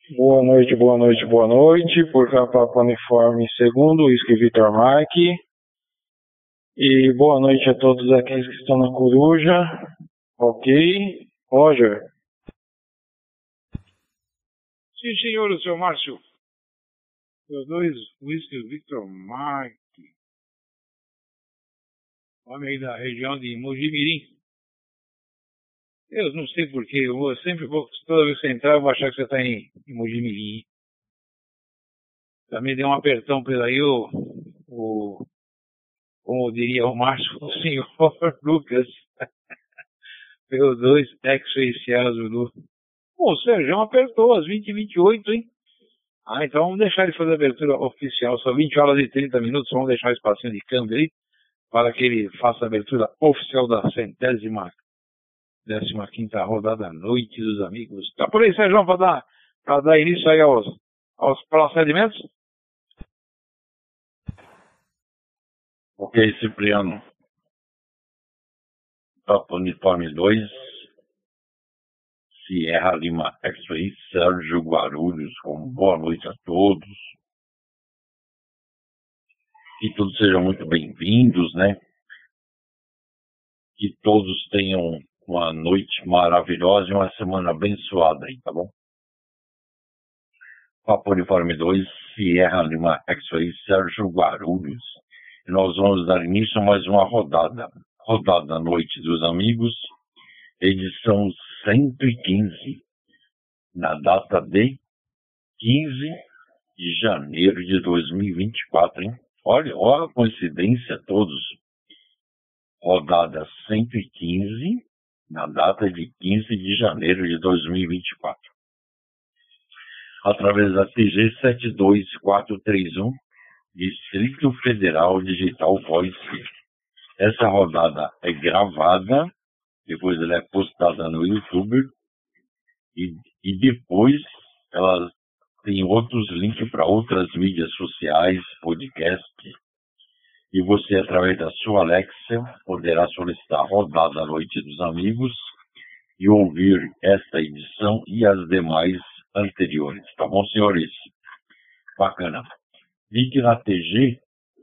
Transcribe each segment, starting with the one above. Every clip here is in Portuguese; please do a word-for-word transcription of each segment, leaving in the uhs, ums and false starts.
Boa noite, boa noite, boa noite. Por cá, Papa Uniforme segundo, Whisky Victor Mike. E boa noite a todos aqueles que estão na coruja. Ok. Roger. Sim, senhor, o seu Márcio. Os dois Whisky Victor Mike. Homem aí da região de Mojimirim. Eu não sei porquê, eu vou, sempre vou, toda vez que você entrar, eu vou achar que você está em, em Mojimirim. Também deu um apertão por aí, o, o como diria o Márcio, o senhor Lucas. P O dois, X-Ray Sierra Zulu. Pô, o Sérgio apertou às vinte e vinte e oito, hein? Ah, então vamos deixar ele fazer a abertura oficial. São vinte horas e trinta minutos, vamos deixar o espacinho de câmbio aí para que ele faça a abertura oficial da centésima, décima quinta rodada Noite dos Amigos. Tá por aí, Sérgio, para dar, para dar início aí aos, aos procedimentos? Ok, Cipriano. Papa Uniforme dois, Sierra Lima X-Ray, Sérgio Guarulhos, com boa noite a todos. Que todos sejam muito bem-vindos, né? Que todos tenham uma noite maravilhosa e uma semana abençoada aí, tá bom? Papa Uniforme dois, Sierra Lima X-Ray, Sérgio Guarulhos. E nós vamos dar início a mais uma rodada. Rodada Noite dos Amigos, edição cento e quinze, na data de quinze de janeiro de dois mil e vinte e quatro, hein? Olha, olha a coincidência todos. Rodada cento e quinze, na data de quinze de janeiro de dois mil e vinte e quatro. Através da T G sete dois quatro três um, Distrito Federal Digital Voice. Essa rodada é gravada, depois ela é postada no YouTube e, e depois ela tem outros links para outras mídias sociais, podcast. E você, através da sua Alexa, poderá solicitar a rodada à Noite dos Amigos e ouvir esta edição e as demais anteriores. Tá bom, senhores? Bacana. Link na T G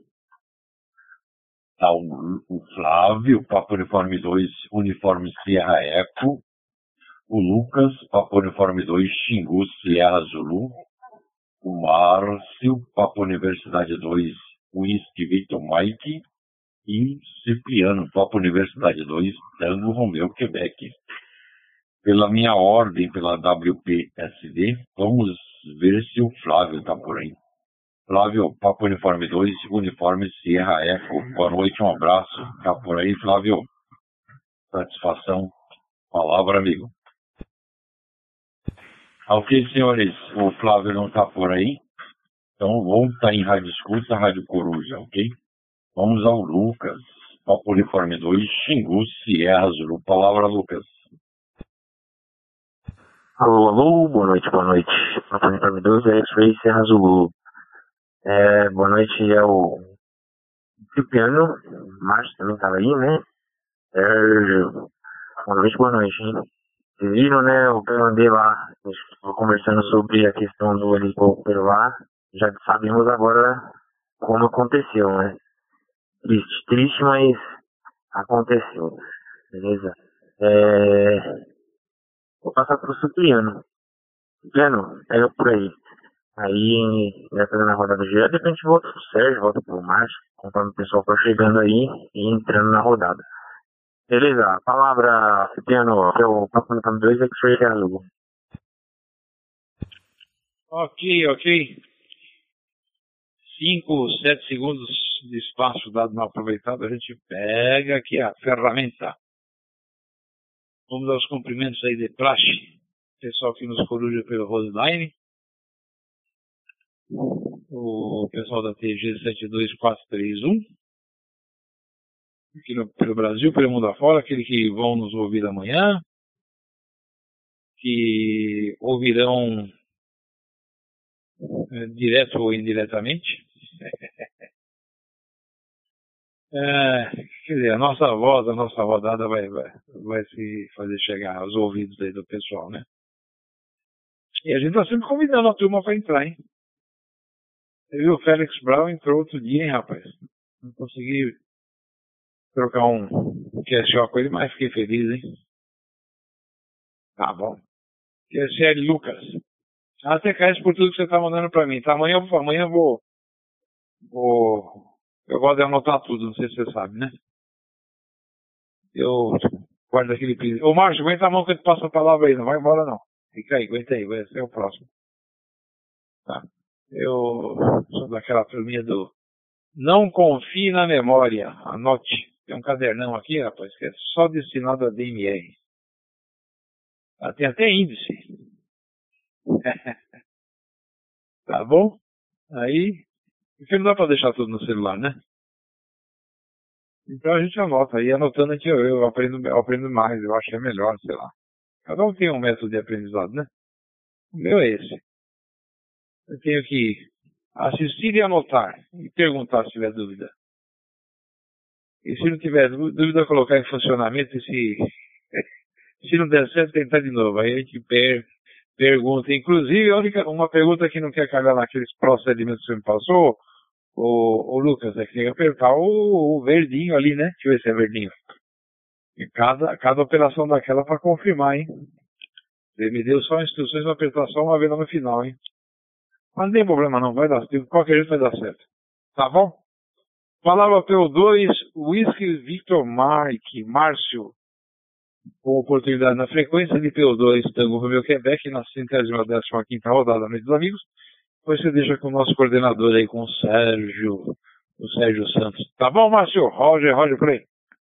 está o, o Flávio, Papa Uniforme dois, Uniforme Sierra Eco. O Lucas, Papa Uniforme dois, Xingu Sierra Zulu. O Márcio, Papa Universidade dois, Whisky Victor Mike. E Cipriano, Papa Universidade dois, Tango Romeu, Quebec. Pela minha ordem, pela W P S D, vamos ver se o Flávio está por aí. Flávio, Papa Uniforme dois, Uniforme Sierra Eco. Boa noite, um abraço. Está por aí, Flávio? Satisfação. Palavra, amigo. Ok, senhores, o Flávio não está por aí. Então, vou estar em Rádio Escuta, Rádio Coruja, ok? Vamos ao Lucas, Papa Uniforme dois, Xingu, Sierra Zulu. Palavra, Lucas. Alô, alô, boa noite, boa noite. Papa Uniforme dois, X-Ray, Sierra Zulu. É, boa noite ao Cipriano, o Márcio também estava aí, né? Sérgio, boa noite, boa noite, hein? Vocês viram, né, o que eu andei lá, conversando sobre a questão do helicóptero lá, já sabemos agora como aconteceu, né? Triste, triste, mas aconteceu, beleza? É... Vou passar pro Cipriano. Cipriano, pega por aí. Aí, vai fazendo a rodada geral, de repente volta pro Sérgio, volta pro Márcio, conforme o pessoal for chegando aí e entrando na rodada. Beleza, palavra, Cipriano, que é o Papa Uniforme dois, X-Ray Sierra Zulu. Ok, ok. cinco, sete segundos de espaço dado mal aproveitado, a gente pega aqui a ferramenta. Vamos dar os cumprimentos aí de praxe. Pessoal que nos coruja pelo Roseline. O pessoal da T G sete dois quatro três um. Aqui no, pelo Brasil, pelo mundo afora, aqueles que vão nos ouvir amanhã. Que ouvirão é, direto ou indiretamente. É, quer dizer, a nossa voz, a nossa rodada vai, vai, vai se fazer chegar aos ouvidos aí do pessoal, né? E a gente tá sempre convidando a turma para entrar, hein? Você viu, o Félix Brown entrou outro dia, hein, rapaz? Não consegui trocar um Q S O com ele, mas fiquei feliz, hein? Tá bom. Q S L Lucas. Até cai por tudo que você tá mandando pra mim, tá? Amanhã, amanhã eu vou, vou... Eu gosto de anotar tudo, não sei se você sabe, né? Eu guardo aquele pedido. Ô, Márcio, aguenta a mão que eu te passo a palavra aí, não vai embora não. Fica aí, aguenta aí, vai ser o próximo. Tá? Eu sou daquela turminha do não confie na memória, anote. Tem um cadernão aqui, rapaz, que é só destinado a D M R. Ah, tem até índice. Tá bom? Aí, porque não dá pra deixar tudo no celular, né? Então a gente anota aí, anotando aqui eu, eu aprendo, eu aprendo mais, eu acho que é melhor, sei lá. Cada um tem um método de aprendizado, né? O meu é esse. Eu tenho que assistir e anotar e perguntar se tiver dúvida. E se não tiver dúvida, colocar em funcionamento e se, se não der certo, tentar de novo. Aí a gente per, pergunta. Inclusive, a única, uma pergunta que não quer cagar naqueles procedimentos que você me passou, o, o Lucas, é que tem que apertar o, o verdinho ali, né? Deixa eu ver se é verdinho. E cada, cada operação daquela para confirmar, hein? Ele me deu só instruções para apertar só uma vez no final, hein? Mas não tem problema não, vai dar, de qualquer jeito vai dar certo. Tá bom? Palavra P O dois, Whisky Victor Mike, Márcio, com oportunidade na frequência de P O dois, Tango Romeu Quebec, na centésima décima quinta rodada, Noite dos Amigos. Depois você deixa com o nosso coordenador aí, com o Sérgio, o Sérgio Santos. Tá bom, Márcio? Roger, Roger, play.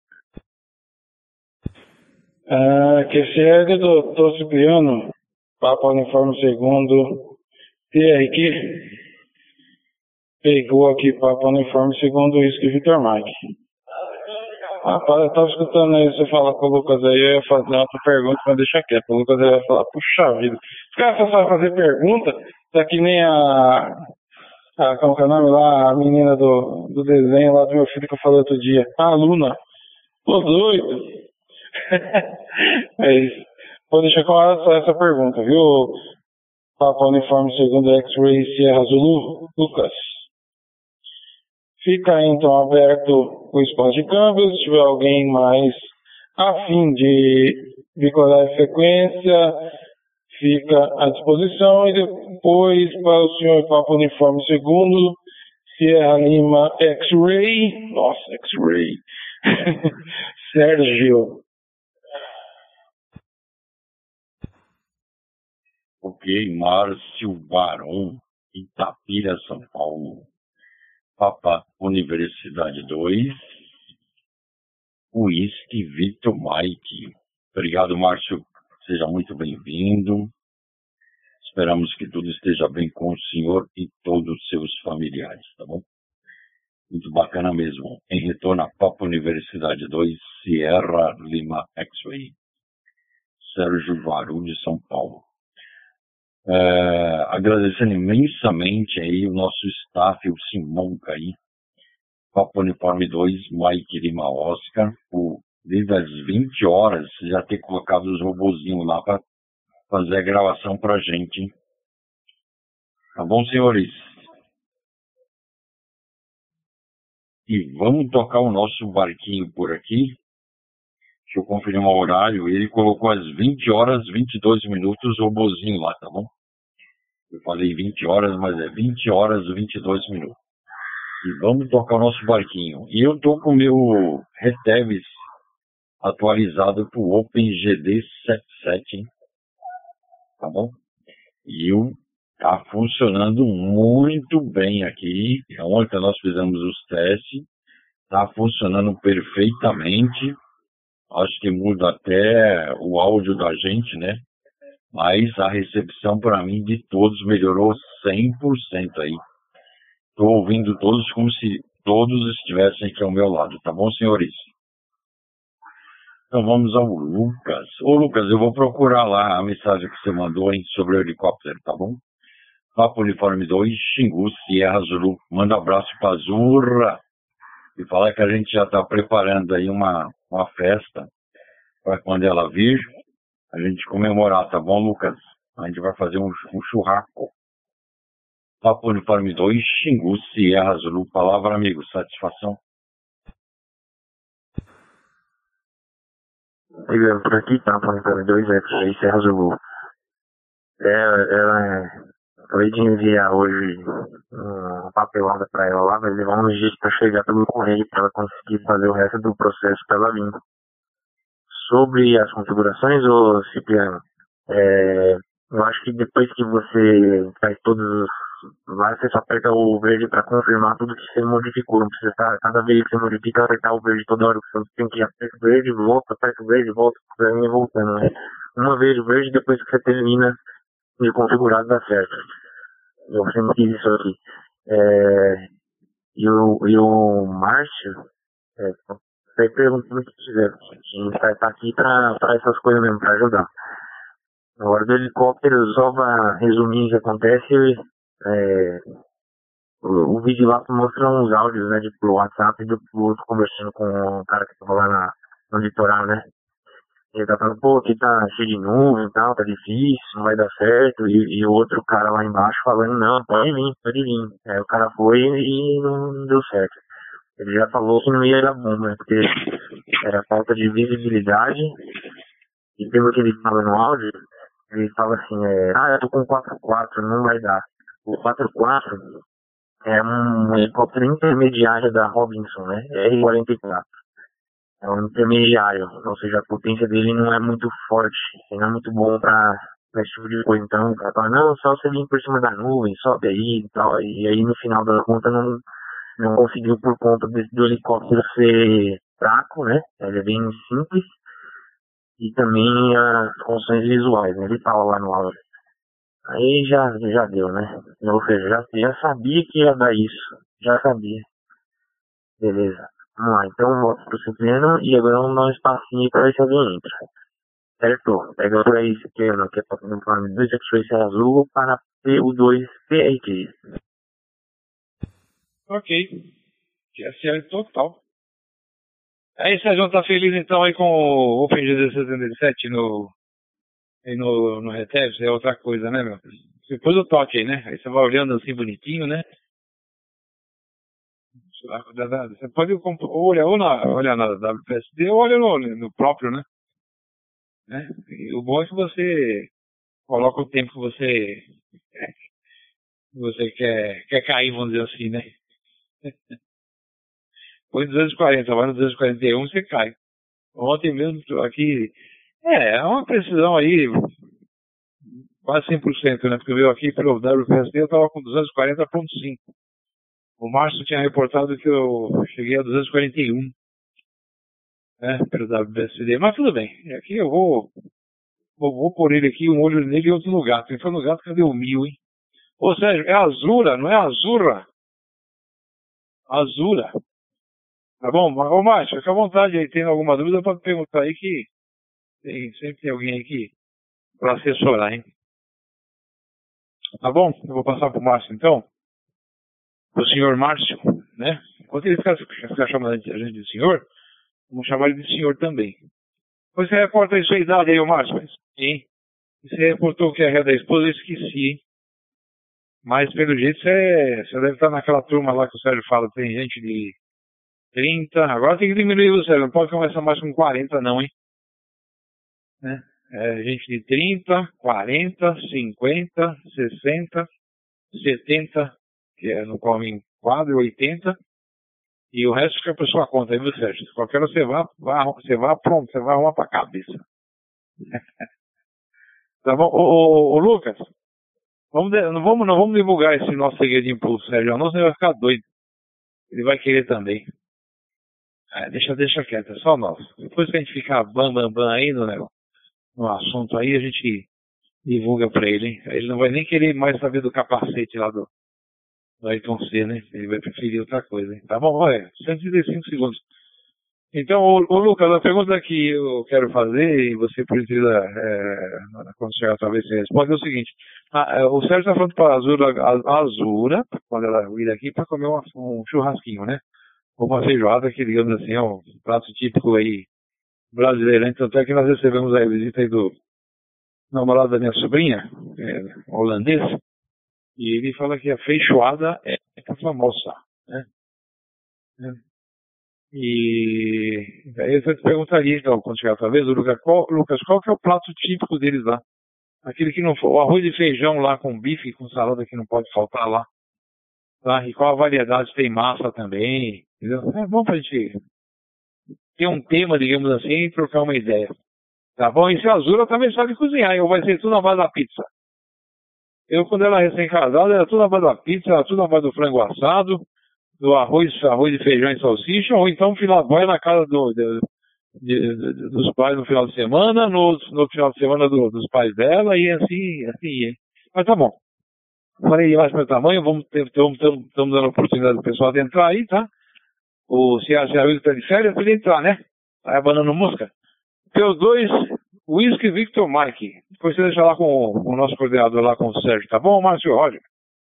Ah, Q C L do Tô Cipriano, Papa Uniforme Segundo, T R Q, pegou aqui Papa Uniforme Segundo, Whisky Victor Mike. Rapaz, eu tava escutando aí você falar com o Lucas aí, eu ia fazer outra pergunta, mas deixa quieto. O Lucas aí vai falar, puxa vida, os caras só sabem fazer pergunta, tá que nem a, a como que é o nome lá, a menina do, do desenho lá do meu filho que eu falei outro dia, a Luna, tô doido. É isso. Vou deixar com essa, essa pergunta, viu? Papa Uniforme Segundo X-Ray Sierra Zulu, Lucas. Fica então aberto o espaço de câmbio, se tiver alguém mais afim de vincular a frequência, fica à disposição. E depois para o senhor Papa Uniforme Segundo, Sierra Lima X-Ray, nossa, X-Ray, Sérgio. Ok, Márcio Barão, Itapira, São Paulo. Papa Universidade dois, Whisky Victor Mike. Obrigado, Márcio. Seja muito bem-vindo. Esperamos que tudo esteja bem com o senhor e todos os seus familiares, tá bom? Muito bacana mesmo. Em retorno a Papa Universidade dois, Sierra Lima X-Ray. Sérgio Varu, de São Paulo. É, agradecendo imensamente aí o nosso staff, o Simonca aí, Papa Uniforme dois, Mike Lima Oscar, por, desde as vinte horas já ter colocado os robozinhos lá para fazer a gravação pra gente, hein? Tá bom, senhores? E vamos tocar o nosso barquinho por aqui. Deixa eu conferir o horário. Ele colocou às vinte horas, vinte e dois minutos, o robozinho lá, tá bom? Eu falei vinte horas, mas é vinte horas e vinte e dois minutos. E vamos tocar o nosso barquinho. E eu tô com o meu Retevis atualizado pro Open G D setenta e sete, hein? Tá bom? E o tá funcionando muito bem aqui. Ontem nós fizemos os testes. Tá funcionando perfeitamente. Acho que muda até o áudio da gente, né? Mas a recepção para mim de todos melhorou cem por cento aí. Estou ouvindo todos como se todos estivessem aqui ao meu lado, tá bom, senhores? Então vamos ao Lucas. Ô Lucas, eu vou procurar lá a mensagem que você mandou, hein, sobre o helicóptero, tá bom? Papa Uniforme dois, Xingu, Sierra Zulu. Manda um abraço pra Zurra. E falar que a gente já está preparando aí uma, uma festa para quando ela vir, a gente comemorar, tá bom, Lucas? A gente vai fazer um, um churrasco. Papa Uniforme dois, Xingu, Sierra Zulu. Palavra, amigo. Satisfação. Ligando por aqui, Papa Uniforme dois, X-Ray, Sierra Zulu. É, ela é... Acabei de enviar hoje uma papelada pra ela lá, vai levar uns dias pra chegar pelo correio pra ela conseguir fazer o resto do processo pra ela vir. Sobre as configurações, ô Cipriano, é, eu acho que depois que você faz todos os... Lá você só aperta o verde pra confirmar tudo que você modificou. Não precisa estar, cada vez que você modifica, apertar o verde toda hora. Você tem que apertar o verde, volta, aperta o verde, volta, pra mim voltando, né? Uma vez o verde, depois que você termina de configurar, dá certo. Eu sempre fiz isso aqui. É, e, o, e o Márcio, é, você pergunta o que quiser. A gente vai estar aqui pra, pra essas coisas mesmo, pra ajudar. Na hora do helicóptero, só pra resumir o que acontece, é, o, o vídeo lá mostra uns áudios, né, de, pro WhatsApp e do pro outro conversando com o cara que tava lá na, no litoral, né? Ele tá falando, pô, aqui tá cheio de nuvem e tal, tá difícil, não vai dar certo. E, e o outro cara lá embaixo falando, não, pode vir, pode vir. Aí o cara foi e não, não deu certo. Ele já falou que não ia dar bom, né? Porque era falta de visibilidade. E pelo que ele fala no áudio, ele fala assim, é, ah, eu tô com quatro quatro, não vai dar. O quatro quatro é um helicóptero intermediário da Robinson, né? R quarenta e quatro. É um intermediário, ou seja, a potência dele não é muito forte, não é muito bom pra, pra esse tipo de coisa. Então o cara fala, não, só você vir por cima da nuvem, sobe aí e tal. E aí no final da conta não, não conseguiu por conta do, do helicóptero ser fraco, né? Ele é bem simples. E também as funções visuais, né? Ele fala lá no áudio. Aí já, já deu, né? Ou seja, já, já sabia que ia dar isso. Já sabia. Beleza. Vamos lá, então volto pro Cipriano e agora vamos dar um espacinho pra ver se alguém entra. Certo? Pega por aí, Cipriano, que é para o Uniforme dois X-Ray Azul para P U dois P H. Ok. Que é certo total. Aí, Sérgio, tá feliz então aí com o Open G D setenta e sete no, aí no, no Retev? É outra coisa, né, meu? Depois eu toque aí, né? Aí você vai olhando assim bonitinho, né? Você pode olhar ou na, olhar na W P S D ou olha no, no próprio, né? né? E o bom é que você coloca o tempo que você, que você quer, quer cair, vamos dizer assim, né? Põe duzentos e quarenta, vai no duzentos e quarenta e um, você cai. Ontem mesmo aqui, é, é uma precisão aí, quase cem por cento, né? Porque eu aqui pelo W P S D eu estava com duzentos e quarenta ponto cinco. O Márcio tinha reportado que eu cheguei a duzentos e quarenta e um, né? Pelo W P S D, mas tudo bem. Aqui eu vou, vou, vou pôr ele aqui, um olho nele e outro no gato. Ele foi no gato, cadê o mil, hein? Ô Sérgio, é Azura, não é Azura? Azura. Tá bom? Ô Márcio, fica à vontade aí. Tem alguma dúvida, pode perguntar aí que tem, sempre tem alguém aqui para assessorar, hein? Tá bom? Eu vou passar pro Márcio então. O senhor Márcio, né? Enquanto ele ficar, ficar chamando a gente de senhor, vamos chamar ele de senhor também. Você reporta aí sua idade aí, ô Márcio? Sim. Você reportou o que é a ré da esposa? Eu esqueci, hein? Mas pelo jeito você, você deve estar naquela turma lá que o Sérgio fala, tem gente de trinta, agora tem que diminuir o Sérgio, não pode começar mais com quarenta não, hein? Né? É, gente de trinta, quarenta, cinquenta, sessenta, setenta, que é no qual em quadro, oitenta, e o resto fica por sua conta aí, viu, Sérgio? Qualquer hora você vai, vai, você vai pronto, você vai arrumar pra cabeça. Tá bom? Ô, ô, ô Lucas, vamos, não, vamos, não vamos divulgar esse nosso segredo de impulso, Sérgio, não, senão ele vai ficar doido. Ele vai querer também. É, deixa, deixa quieto, é só nós. Depois que a gente ficar bam, bam, bam aí no, no assunto aí, a gente divulga pra ele, hein? Ele não vai nem querer mais saber do capacete lá do, do Ayrton Senna, né? Ele vai preferir outra coisa, hein? Tá bom, olha, cento e trinta e cinco segundos. Então, ô, ô Lucas, a pergunta que eu quero fazer, e você, por gentileza, é, quando chegar talvez você responde, é o seguinte. Ah, o Sérgio está falando para a Azura, a Azura, quando ela vir aqui, para comer uma, um churrasquinho, né? Ou uma feijoada, que digamos assim, é um prato típico aí brasileiro, hein? Tanto é que nós recebemos aí a visita aí do, namorado da minha sobrinha, é, holandês, e ele fala que a feijoada é, é famosa, né? É. E aí eu te perguntaria, então, quando chegar a sua vez, Lucas qual, Lucas, qual que é o prato típico deles lá? Aquele que não... O arroz e feijão lá com bife, com salada que não pode faltar lá. Tá? E qual a variedade? Tem massa também, entendeu? É bom pra gente ter um tema, digamos assim, e trocar uma ideia. Tá bom? E se a Azura também sabe cozinhar, eu vai ser tudo na base da pizza. Eu, quando era recém-casado, era tudo na base da pizza, era tudo na base do frango assado, do arroz, arroz de feijão e salsicha, ou então vai na casa do, de, de, de, dos pais no final de semana, no, no final de semana do, dos pais dela, e assim, assim ia. Mas tá bom. Falei demais meu tamanho, vamos ter, estamos dando a oportunidade do pessoal de entrar aí, tá? O Ceará está de férias, para ele entrar, né? Tá abanando mosca. Teus dois, Whisky Victor Mike. Depois você deixa lá com o, com o nosso coordenador lá, com o Sérgio, tá bom, Márcio Roger?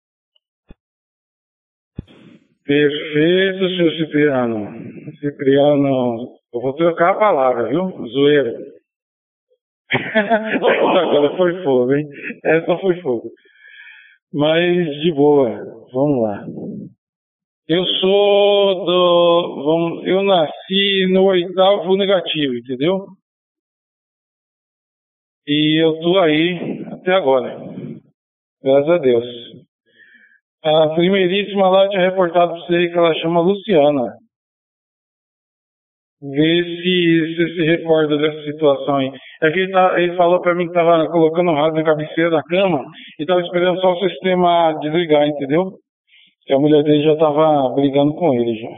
Perfeito, seu Cipriano. Cipriano, eu vou trocar a palavra, viu? Zoeira. Agora foi fogo, hein? Essa foi fogo. Mas de boa, vamos lá. Eu sou do. Vamos, eu nasci no oitavo negativo, entendeu? E eu tô aí até agora. Graças a Deus. A primeiríssima lá tinha reportado pra você que ela chama Luciana. Vê se você se recorda dessa situação aí. É que ele, tá, ele falou pra mim que tava colocando o rádio na cabeceira da cama e tava esperando só o sistema desligar, entendeu? Que a mulher dele já tava brigando com ele já.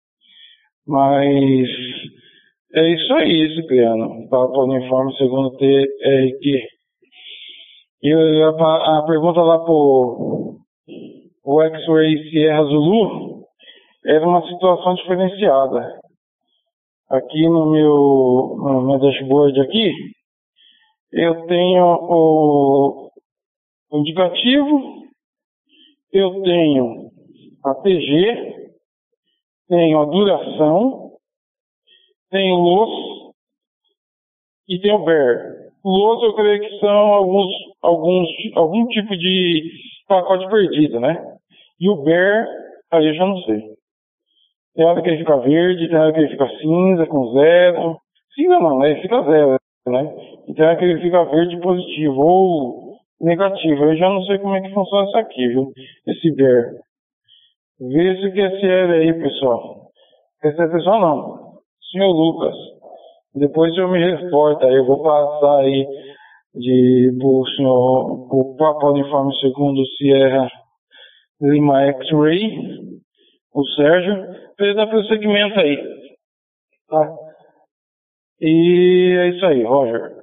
Mas é isso aí, Cipriano. Para o uniforme segundo T R Q. E a, a pergunta lá pro o X-Ray Sierra Zulu era uma situação diferenciada. Aqui no meu, no meu dashboard aqui, eu tenho o indicativo, eu tenho a T G, tenho a duração, tenho o L O S e tenho o B E R. O L O S eu creio que são alguns, alguns, algum tipo de pacote perdido, né? E o B E R, aí eu já não sei. Tem hora que ele fica verde, tem hora que ele fica cinza, com zero. Cinza não, né? Ele fica zero, né? E tem hora que ele fica verde positivo ou negativo. Eu já não sei como é que funciona isso aqui, viu? Esse B E R. Vê se que esse L aí, pessoal. Esse é pessoal não. Senhor Lucas. Depois eu me reporto aí. Eu vou passar aí de pro senhor, pro Papa Uniforme segundo Sierra Lima X-Ray, o Sérgio, para ele dar prosseguimento aí. Tá? E é isso aí, Roger.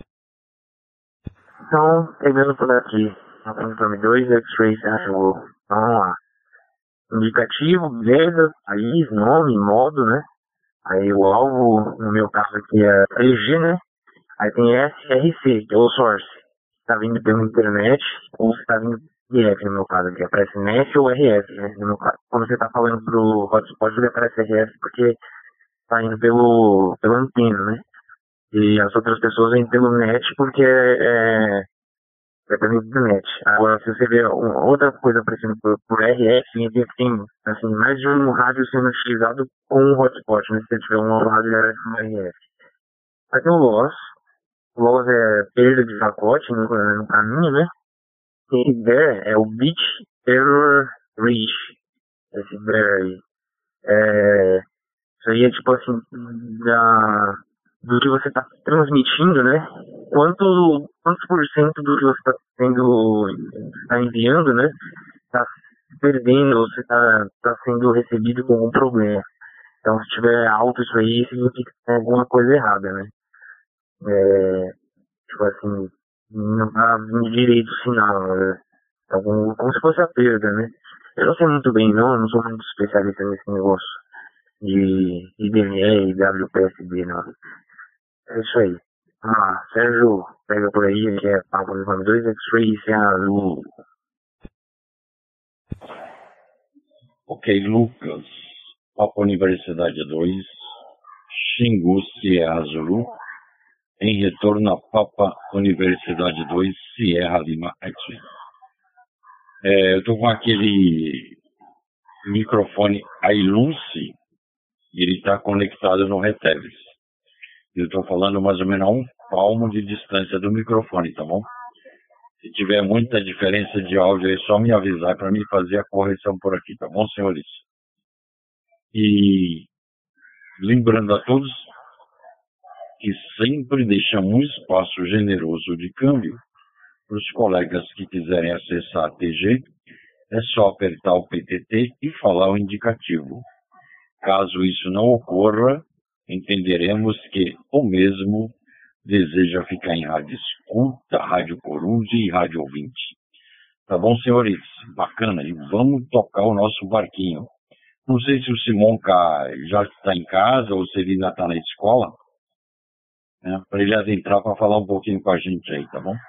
Então, pegando por aqui, uniforme dois, X-Ray Sérgio. Vamos lá. Indicativo, beleza, país, nome, modo, né? Aí o alvo, no meu caso aqui é três G, né? Aí tem S R C, que é o source. Tá vindo pela internet, ou se tá vindo D F, no meu caso aqui. Aparece N F ou R F, né? No meu caso. Quando você tá falando pro hotspot, ele aparece R F porque tá indo pelo, pelo antena, né? E as outras pessoas vêm pelo net porque é, é pela internet. Agora, se você ver outra coisa aparecendo por, por R F, significa que tem assim, mais de um rádio sendo utilizado com um hotspot, né? Se você tiver um rádio R F com R F. Aí tem o loss. O loss é perda de pacote no, no caminho, né? E B E R é o Bit Error Reach. Esse B E R aí. É, isso aí é tipo assim, da, do que você está transmitindo, né? Quanto, quantos por cento do que você está sendo, está enviando, né? Está perdendo ou você está tá sendo recebido com algum problema. Então, se tiver alto isso aí, significa que tem alguma coisa errada, né? É, tipo assim, não tá vindo direito o sinal, né? Algum, como se fosse a perda, né? Eu não sei muito bem, não, eu não sou muito especialista nesse negócio de I D M E e W P S B, não. É isso aí. Vamos lá, Sérgio, pega por aí, que é Papa Uniforme dois, X-Ray e Azul. Ok, Lucas, Papa Universidade dois, Xingu Sierra Zulu, em retorno a Papa Universidade dois, Sierra Lima X-Ray. É, eu estou com aquele microfone Ailunce, ele está conectado no Retevis. Eu estou falando mais ou menos a um palmo de distância do microfone, tá bom? Se tiver muita diferença de áudio, é só me avisar para mim fazer a correção por aqui, tá bom, senhores? E lembrando a todos que sempre deixamos um espaço generoso de câmbio para os colegas que quiserem acessar a T G, é só apertar o P T T e falar o indicativo. Caso isso não ocorra, entenderemos que o mesmo deseja ficar em rádio escuta, rádio coruja e rádio ouvinte. Tá bom, senhores? Bacana. E vamos tocar o nosso barquinho. Não sei se o Simonca já está em casa ou se ele ainda está na escola, né, para ele adentrar para falar um pouquinho com a gente aí, tá bom?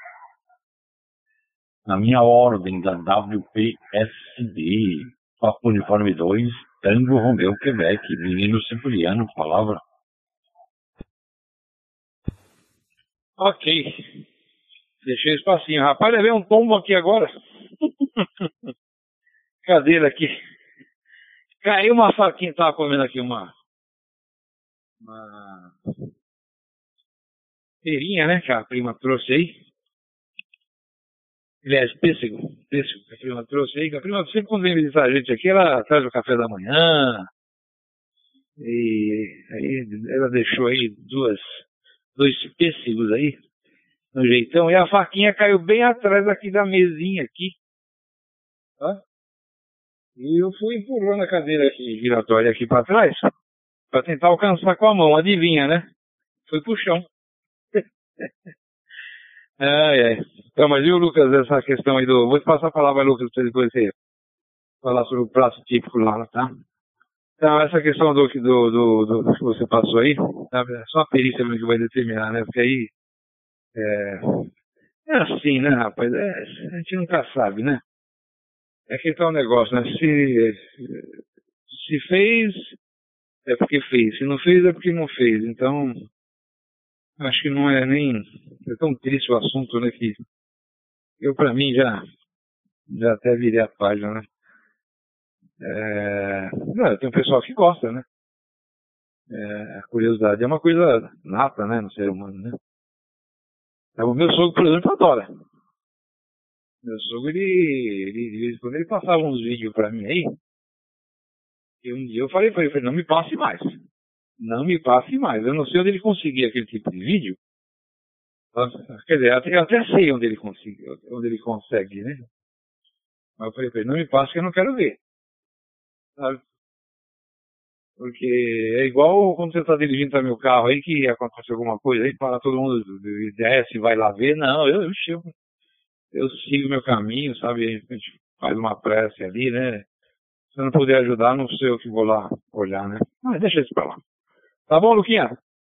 Na minha ordem da W P S D, Papo Uniforme dois, Tango Romeu, Quebec, menino Cipriano, palavra. Ok. Deixei o espacinho. Rapaz, levei um tombo aqui agora. Cadeira aqui. Caiu uma faquinha, tava comendo aqui uma... Uma... Feirinha, né, que a prima trouxe aí. Aliás, pêssego. Pêssego que a prima trouxe aí. Que a prima sempre quando vem visitar a gente aqui, ela traz o café da manhã. E aí ela deixou aí duas... dois pêssegos aí, no jeitão, e a faquinha caiu bem atrás aqui da mesinha aqui, tá? E eu fui empurrando a cadeira aqui, giratória aqui para trás, para tentar alcançar com a mão, adivinha, né? Foi pro chão. Ai, ai. Então, mas viu, Lucas, essa questão aí do... Vou te passar a palavra, Lucas, para depois você falar sobre o prato típico lá, tá? Então, essa questão do, do, do, do que você passou aí, sabe? É só a perícia mesmo que vai determinar, né? Porque aí é, é assim, né, rapaz? É, a gente nunca sabe, né? É que tá um negócio, né? Se, se fez, é porque fez. Se não fez, é porque não fez. Então, acho que não é nem... É tão triste o assunto, né? Que eu, pra mim, já, já até virei a página, né? É, não, tem um pessoal que gosta, né? É, a curiosidade é uma coisa nata, né, no ser humano, né? O meu sogro, por exemplo, adora. Meu sogro, ele, ele, quando ele passava uns vídeos pra mim aí, e um dia eu falei pra ele, falei, não me passe mais. Não me passe mais. Eu não sei onde ele conseguia aquele tipo de vídeo. Quer dizer, até, eu até sei onde ele consegue, onde ele consegue, né? Mas eu falei pra ele, não me passe que eu não quero ver. Sabe? Porque é igual quando você está dirigindo para meu carro aí, que acontece alguma coisa aí, para todo mundo desce, vai lá ver. Não, eu, eu chego, eu sigo meu caminho, sabe? A gente faz uma prece ali, né? Se eu não puder ajudar, não sei eu que vou lá olhar, né? Mas deixa isso pra lá. Tá bom, Luquinha?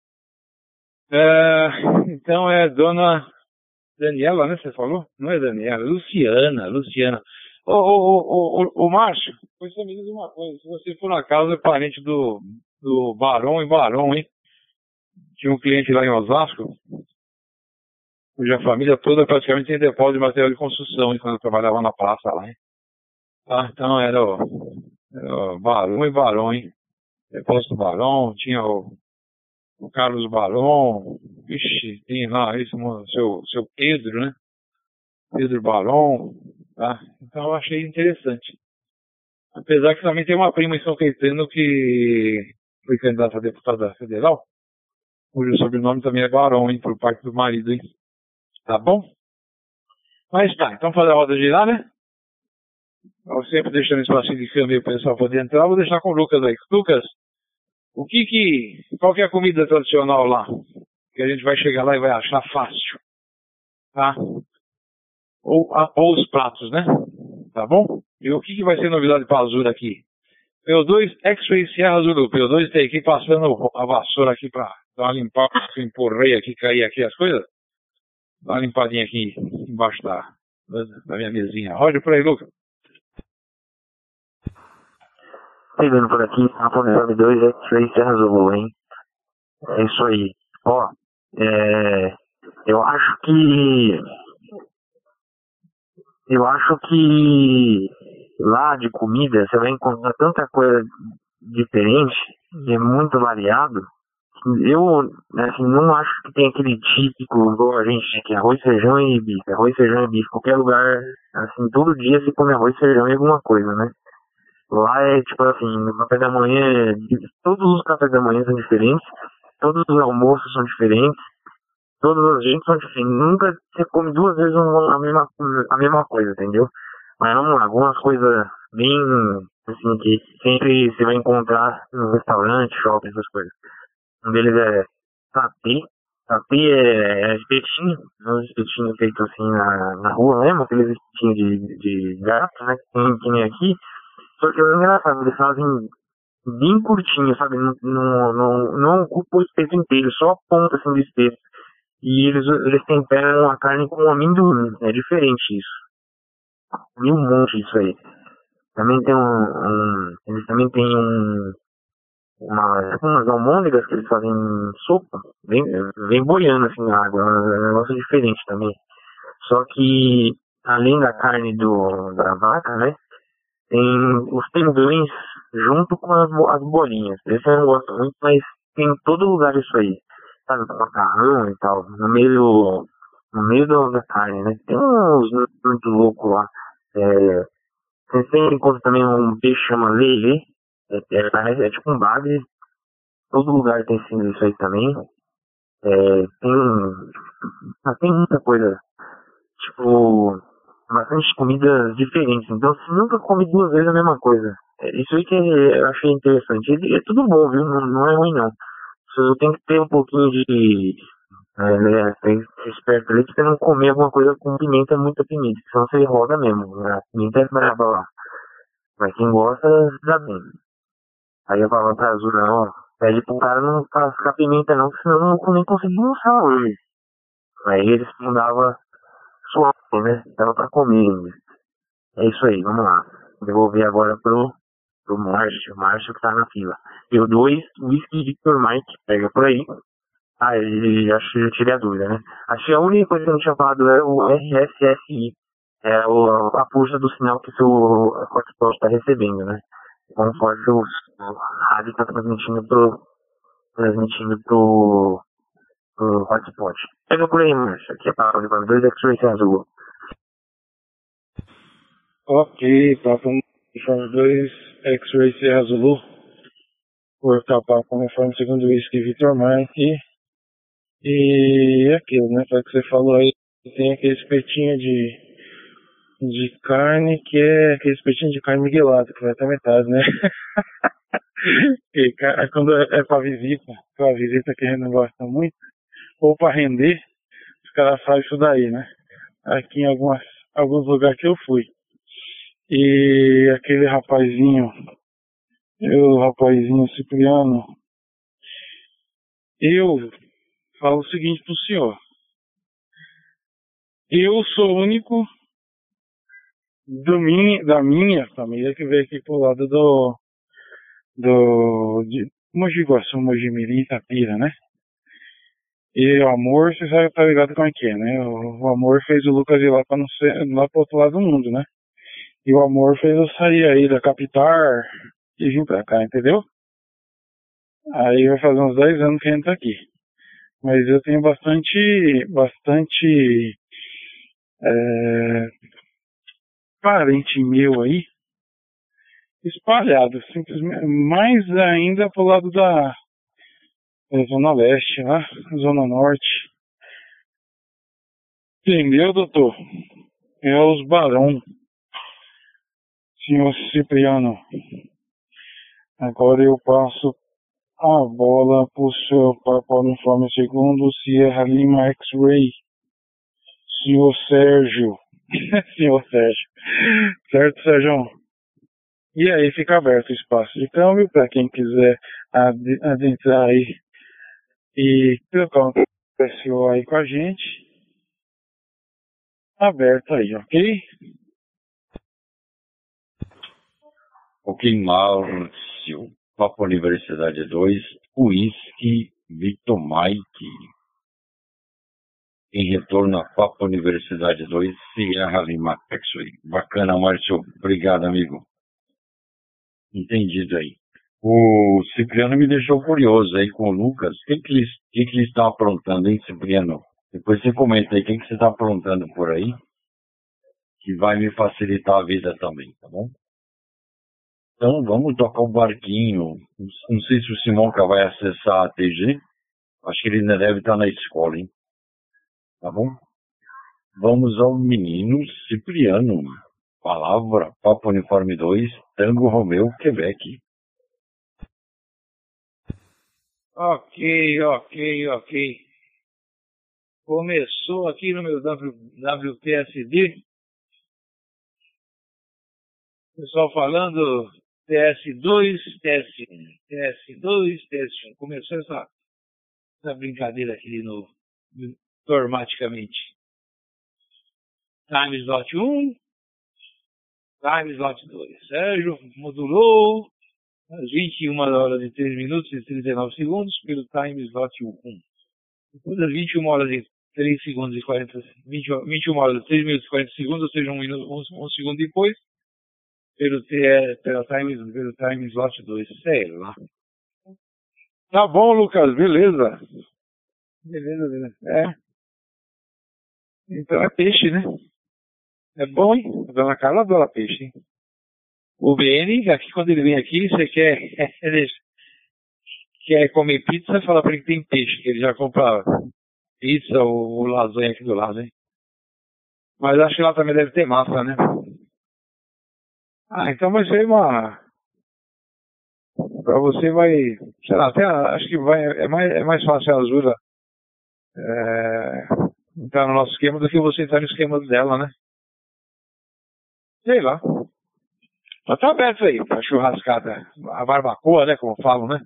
É, então é Dona Daniela, né? Você falou? Não é Daniela, Luciana, Luciana. Ô, ô, ô, ô, ô, Márcio, pois você me diz uma coisa, se você por acaso é parente do, do Barão e Barão, hein? Tinha um cliente lá em Osasco, cuja família toda praticamente tem depósito de material de construção, hein, quando eu trabalhava na praça lá, hein? Ah, então era o, era o Barão e Barão, hein? Depósito Barão, tinha o, o Carlos Barão, ixi, tem lá isso, o seu, seu Pedro, né? Pedro Barão, tá? Então eu achei interessante. Apesar que também tem uma prima em São Caetano que foi candidata a deputada federal, cujo sobrenome também é Barão, hein, por parte do marido, hein? Tá bom? Mas tá, então fazer a roda girar, né? Eu sempre deixando espaço de câmbio para o pessoal poder entrar, vou deixar com o Lucas aí. Lucas, o que que, qual que é a comida tradicional lá? Que a gente vai chegar lá e vai achar fácil, tá? Ou, a, ou os pratos, né? Tá bom? E o que que vai ser novidade para Azul aqui? P O dois X-Ray Sierra Zulu. P O dois tem aqui passando a vassoura aqui para dar uma limpada, empurrei aqui, cair aqui as coisas. Dá uma limpadinha aqui embaixo da, da minha mesinha. Roger por aí, Lucas. Chegando por aqui, Papo Uniforme dois, X-Ray Serra Zulu, hein? É isso aí. Ó, É, eu acho que eu acho que lá de comida você vai encontrar tanta coisa diferente e é muito variado. Eu, assim, não acho que tem aquele típico, igual a gente tem aqui, arroz, feijão e bife, arroz, feijão e bife. Qualquer lugar, assim, todo dia se come arroz, feijão e alguma coisa, né? Lá é, tipo assim, no café da manhã, todos os cafés da manhã são diferentes, todos os almoços são diferentes, todas as jeitos são diferentes. Nunca você come duas vezes uma- a mesma, a mesma coisa, entendeu? Mas vamos lá, algumas coisas bem, assim, que sempre você vai encontrar no restaurante, shopping, essas coisas. Um deles é satê. Satê é, é espetinho, é um espetinho feito assim na, na rua mesmo, aqueles espetinhos de, de gato, né? Que tem que nem aqui. Só que é engraçado, eles fazem bem curtinho, sabe? Não, não, não, não ocupa o espeto inteiro, só a ponta assim do espeto. E eles, eles temperam a carne com amendoim. É diferente isso. E um monte disso aí. Também tem um. um eles também têm um. Uma, umas almôndegas que eles fazem em sopa. Vem, vem boiando assim na água. É um negócio diferente também. Só que além da carne do, da vaca, né? Tem os tendões junto com as, bo- as bolinhas. Esse eu não gosto muito, mas tem em todo lugar isso aí. Sabe, com macarrão e tal. No meio, no meio do- da carne, né? Tem uns muito loucos lá. É, você sempre encontra também um peixe que chama lele. É, é, parece- é tipo um bagre. Todo lugar tem sim isso aí também. É, tem, ah, tem muita coisa. Tipo, bastante comidas diferentes. Então você nunca come duas vezes a mesma coisa. É isso aí que eu achei interessante. E é tudo bom, viu? Não, não é ruim não. Você tem que ter um pouquinho de. É, né, tem que ser esperto ali pra você não comer alguma coisa com pimenta, muita pimenta. Senão você roda mesmo. Né? A pimenta é brava lá. Mas quem gosta, dá bem. Aí eu falava pra Azul, não, ó, pede pro cara não ficar pimenta não, senão eu não vou nem conseguir almoçar hoje. Aí eles mandavam suave, né? Dava pra comer ainda. É isso aí, vamos lá. Devolver agora pro, pro Márcio, Márcio que tá na fila. Eu dois, whisky Victor Mike, pega por aí. Ah, ele, acho que eu tirei a dúvida, né? Acho que a única coisa que eu não tinha falado é o R S S I. É o, a força do sinal que o seu hotspot está recebendo, né? Conforme o, o rádio está transmitindo pro, transmitindo pro, pro hotspot. Pega por aí, Márcio. Aqui é para o dois X-Ray azul. Ok, Papa Uniforme dois, X-Ray Sierra Zulu, por Papa Uniforme segundo Whisky Victor Mike. E é aquilo, né? Foi o que você falou aí, tem aquele espetinho de, de carne, que é aquele espetinho de carne miguelado, que vai até metade, né? E ca- quando é, é pra visita, pra visita que a gente não gosta muito, ou pra render, os caras fazem isso daí, né? Aqui em algumas, alguns lugares que eu fui. E aquele rapazinho, eu, rapazinho Cipriano, eu falo o seguinte pro senhor. Eu sou o único do minha, da minha família que veio aqui pro lado do, do de Mogi Guaçu, Mogi Mirim, Itapira, né? E o Amor, você sabe, tá ligado como é que é, né? O, o Amor fez o Lucas ir lá, pra não ser, lá pro outro lado do mundo, né? E o Amor fez eu sair aí da capital e vim pra cá, entendeu? Aí vai fazer uns dez anos que a gente tá aqui. Mas eu tenho bastante, bastante é, parente meu aí, espalhado, simplesmente, mais ainda pro lado da, da Zona Leste, lá, Zona Norte. Entendeu, doutor? É os Barão, senhor Cipriano. Agora eu passo a bola pro seu Papa Uniforme segundo Sierra Lima X-Ray, senhor Sérgio. senhor Sérgio. Certo, Sérgio? E aí fica aberto o espaço de câmbio para quem quiser ad- adentrar aí e trocar um P S O aí com a gente. Aberto aí, ok? Ok, Márcio. Papo Universidade dois, Whisky Victor Mike. em retorno a Papa Universidade dois, Sierra Lima X-Ray. Bacana, Márcio. Obrigado, amigo. Entendido aí. O Cipriano me deixou curioso aí com o Lucas. O que, que, eles, que, que eles estão aprontando, hein, Cipriano? Depois você comenta aí o que, que você está aprontando por aí, que vai me facilitar a vida também, tá bom? Então vamos tocar o barquinho. Não sei se o Simonca vai acessar a T G. Acho que ele ainda deve estar na escola, hein? Tá bom? Vamos ao menino Cipriano. Palavra, Papa Uniforme dois, Tango Romeu, Quebec. Ok, ok, ok. Começou aqui no meu W P S D. Pessoal falando T S dois, T S um, T S dois, T S um. Começou essa, essa brincadeira aqui no, no automaticamente. Time slot um, time slot dois. Sérgio modulou às vinte e uma horas e três minutos e trinta e nove segundos pelo time slot um. Depois das vinte e uma horas e três segundos e quarenta, vinte, vinte e uma horas e três minutos e quarenta segundos, ou seja, um, minuto, um, um segundo depois, pelo, pelo, time, pelo time slot dois, sei lá. Tá bom, Lucas, beleza. Beleza, beleza. É. Então é peixe, né? É bom, hein? A dona Carla adora peixe, hein? O B N, aqui, quando ele vem aqui, você quer, quer comer pizza, fala pra ele que tem peixe, que ele já compra pizza ou, ou lasanha aqui do lado, hein? Mas acho que lá também deve ter massa, né? Ah, então vai ser uma... Pra você vai... Sei lá, até acho que vai, é, mais, é mais fácil a Azura é, entrar no nosso esquema do que você entrar no esquema dela, né? Sei lá. Mas tá aberto aí pra churrascada. A barbacoa, né? Como falam, né?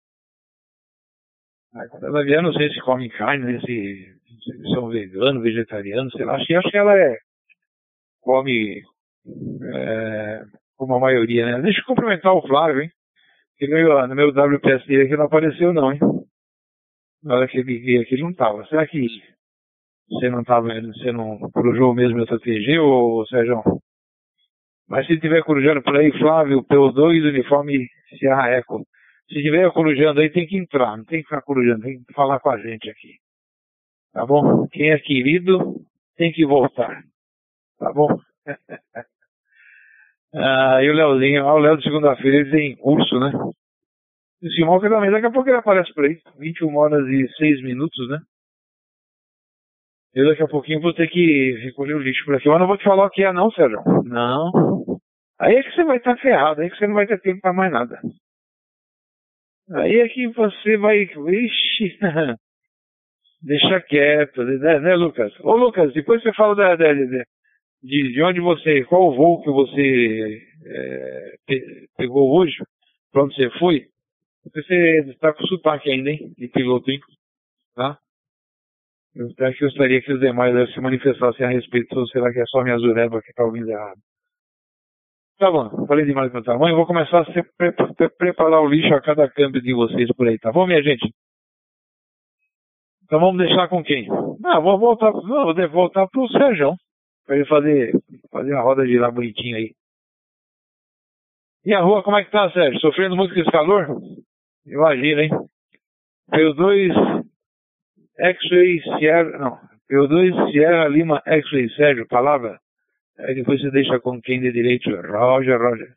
Aí, quando ela vier, não sei se come carne, né? Se, se são veganos, vegetarianos, sei lá. Acho que, acho que ela é... Come... É, como a maioria, né? Deixa eu cumprimentar o Flávio, hein? Que no, no meu W P S D aqui não apareceu, não, hein? Na hora que ele veio aqui, ele não tava. Será que você não tava, você não corujou mesmo essa T G, ô Sérgio? Mas se tiver corujando por aí, Flávio, P O dois, uniforme Sierra Eco. Se tiver corujando aí, tem que entrar, não tem que ficar corujando, tem que falar com a gente aqui. Tá bom? Quem é querido, tem que voltar. Tá bom? Ah, e o Leozinho, ah, o Léo de segunda-feira, ele tem curso, né? O Simão que também, daqui a pouco ele aparece por aí. vinte e uma horas e seis minutos, né? Eu daqui a pouquinho vou ter que recolher o lixo por aqui. Mas não vou te falar o que é não, Sérgio. Não. Aí é que você vai estar ferrado, aí é que você não vai ter tempo para mais nada. Aí é que você vai... Ixi... Deixa quieto, né, né, Lucas? Ô, Lucas, depois você fala da, da, de, de onde você... Qual o voo que você é, pe, pegou hoje? Pra onde você foi? Você está com sotaque ainda, hein? De piloto, hein? Tá? Eu acho que gostaria que os demais se manifestassem a respeito, ou será que é só minha zureba que está ouvindo errado? Tá bom, falei demais do meu tamanho, vou começar a pre pre preparar o lixo a cada câmbio de vocês por aí, tá bom, minha gente? Então vamos deixar com quem? Ah, vou voltar, não, vou voltar pro Sérgio, para ele fazer, fazer a roda girar bonitinho aí. E a rua, como é que tá, Sérgio? Sofrendo muito com esse calor? Imagina, hein? P O dois X-Ray Sierra, não, P O dois Sierra Lima X-Ray, Sérgio, palavra. Aí depois você deixa com quem de direito, Roger, Roger.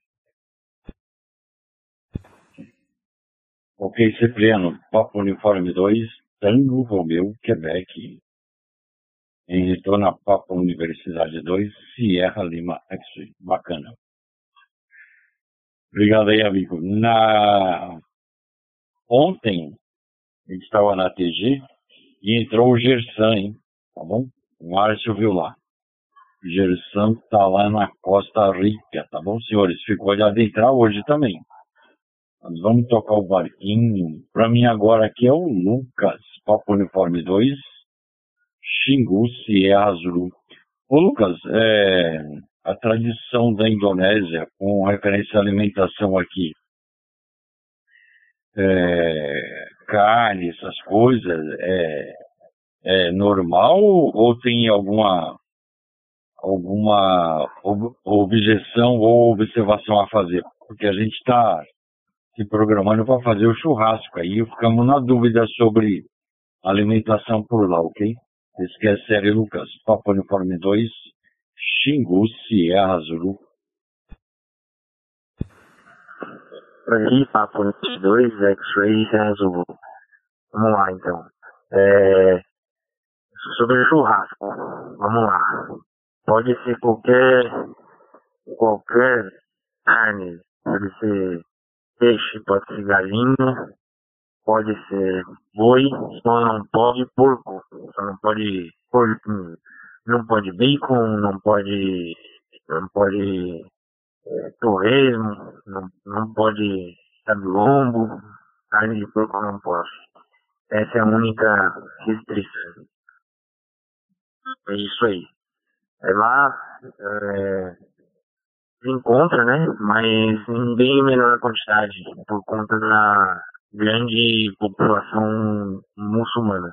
Ok, Cipriano, Papa Uniforme dois, Tango Romeu, Quebec. Em retorno a Papa Universidade dois, Sierra Lima X-Ray. Bacana. Obrigado aí, amigo. Na... Ontem, a gente estava na T G e entrou o Gersan, hein? Tá bom? O Márcio viu lá. O Gersan tá lá na Costa Rica, tá bom, senhores? Ficou de adentrar hoje também. Nós vamos tocar o barquinho. Para mim agora aqui é o Lucas, Papa Uniforme dois, Xingu, Sierra Zulu. Ô Lucas, é, a tradição da Indonésia com referência à alimentação aqui, é, carne, essas coisas, é, é normal ou tem alguma, alguma ob objeção ou observação a fazer? Porque a gente está se programando para fazer o churrasco, aí ficamos na dúvida sobre alimentação por lá, ok? Esquece série Lucas, Papa Uniforme dois, Xingu, Sierra Zulu. Aí, Papo dois, X-Ray, Sierra Zulu. Vamos lá, então. É... Sobre o churrasco, vamos lá. Pode ser qualquer, qualquer carne, pode ser peixe, pode ser galinha, pode ser boi, só não pode porco, só não pode porco, não pode bacon, não pode, não pode é, torresmo, não, não pode sabe, lombo, carne de porco não pode. Essa é a única restrição. É isso aí. É lá, é, se encontra, né? Mas em bem menor quantidade, por conta da grande população muçulmana.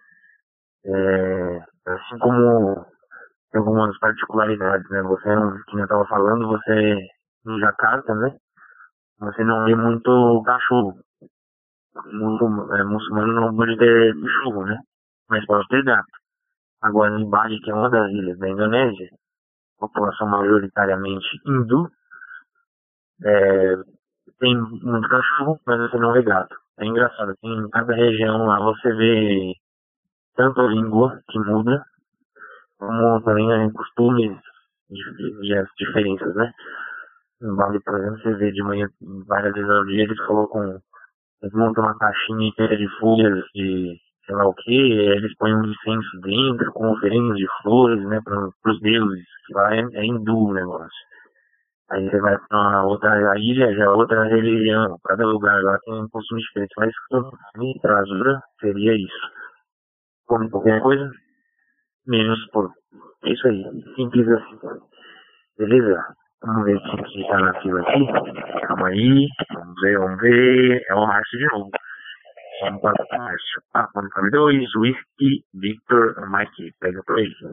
É, assim como tem algumas particularidades, né? Você, não, que eu estava falando, você em Jacarta, né? Você não vê muito cachorro. Muito, é, muçulmano não pode ter cachorro, né? Mas pode ter gato. Agora, em Bali, que é uma das ilhas da Indonésia, população majoritariamente hindu, é, tem muito cachorro, mas você não vê gato. É engraçado, tem, em cada região lá você vê tanto a língua que muda, como também costumes e as diferenças, né? Em Bali, por exemplo, você vê de manhã, várias vezes ao dia, eles colocam, eles montam uma caixinha inteira de folhas de sei lá o que, eles põem um incenso dentro, com oferendas de flores, né, para os deuses, que lá é, é hindu o negócio. Aí você vai para uma outra ilha, já é outra religião, cada lugar lá tem um costume diferente, mas em trasura seria isso. Come qualquer coisa, menos porco. É isso aí, simples assim. Beleza? Vamos ver quem tá na fila aqui. Calma aí, vamos ver, vamos ver. É o Márcio de novo. Vamos para o Márcio. Ah, vamos para dois, Whisky, Victor, Mike. Pega por aí.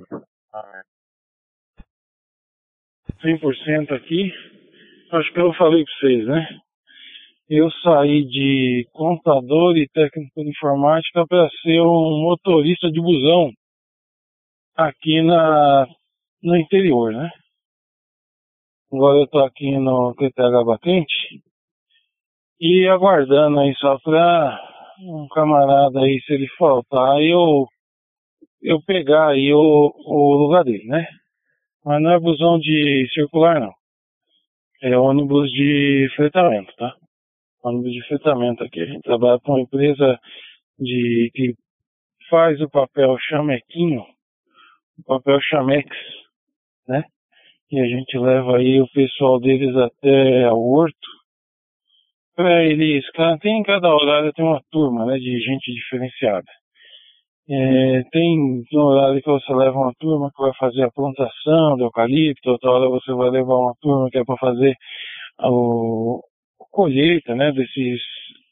cem por cento aqui. Acho que eu falei para vocês, né? Eu saí de contador e técnico de informática para ser um motorista de busão aqui na, no interior, né? Agora eu tô aqui no Q T H Batente e aguardando aí só pra um camarada aí, se ele faltar, eu, eu pegar aí o, o lugar dele, né? Mas não é busão de circular, não. É ônibus de fretamento, tá? Ônibus de fretamento aqui. A gente trabalha com uma empresa de, que faz o papel chamequinho, o papel chamex, né? E a gente leva aí o pessoal deles até o Horto. Pra eles, tem em cada horário tem uma turma, né, de gente diferenciada. É, tem um horário que você leva uma turma que vai fazer a plantação do eucalipto, outra hora você vai levar uma turma que é para fazer o, a colheita, né, desses,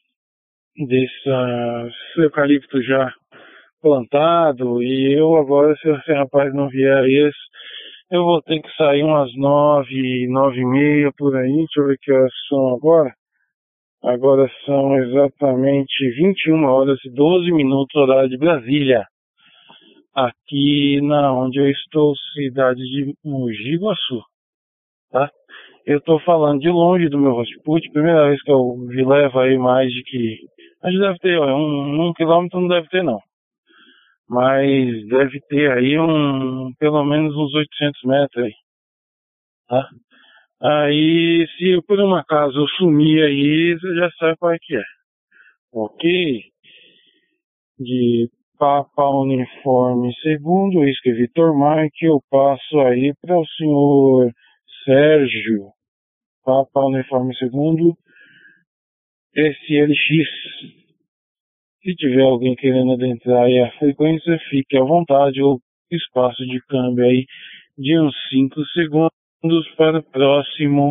desses eucalipto já plantado. E eu agora, se esse rapaz não vier esse, eu vou ter que sair umas nove, nove e meia por aí. Deixa eu ver que horas são agora. Agora são exatamente vinte e uma horas e doze minutos, horário de Brasília. Aqui na onde eu estou, cidade de Mogi Guaçu, tá? Eu estou falando de longe do meu hotspot, primeira vez que eu me levo aí mais de que... A gente deve ter, um, um quilômetro não deve ter não. Mas deve ter aí um, pelo menos uns oitocentos metros aí, tá? Aí, se por um acaso eu sumir aí, você já sabe qual é que é. Ok? De Papa Uniforme segundo, eu escrevi Vitor Mike, eu passo aí para o senhor Sérgio. Papa Uniforme segundo, S L X. Se tiver alguém querendo adentrar aí a frequência, fique à vontade, o espaço de câmbio aí de uns cinco segundos para o próximo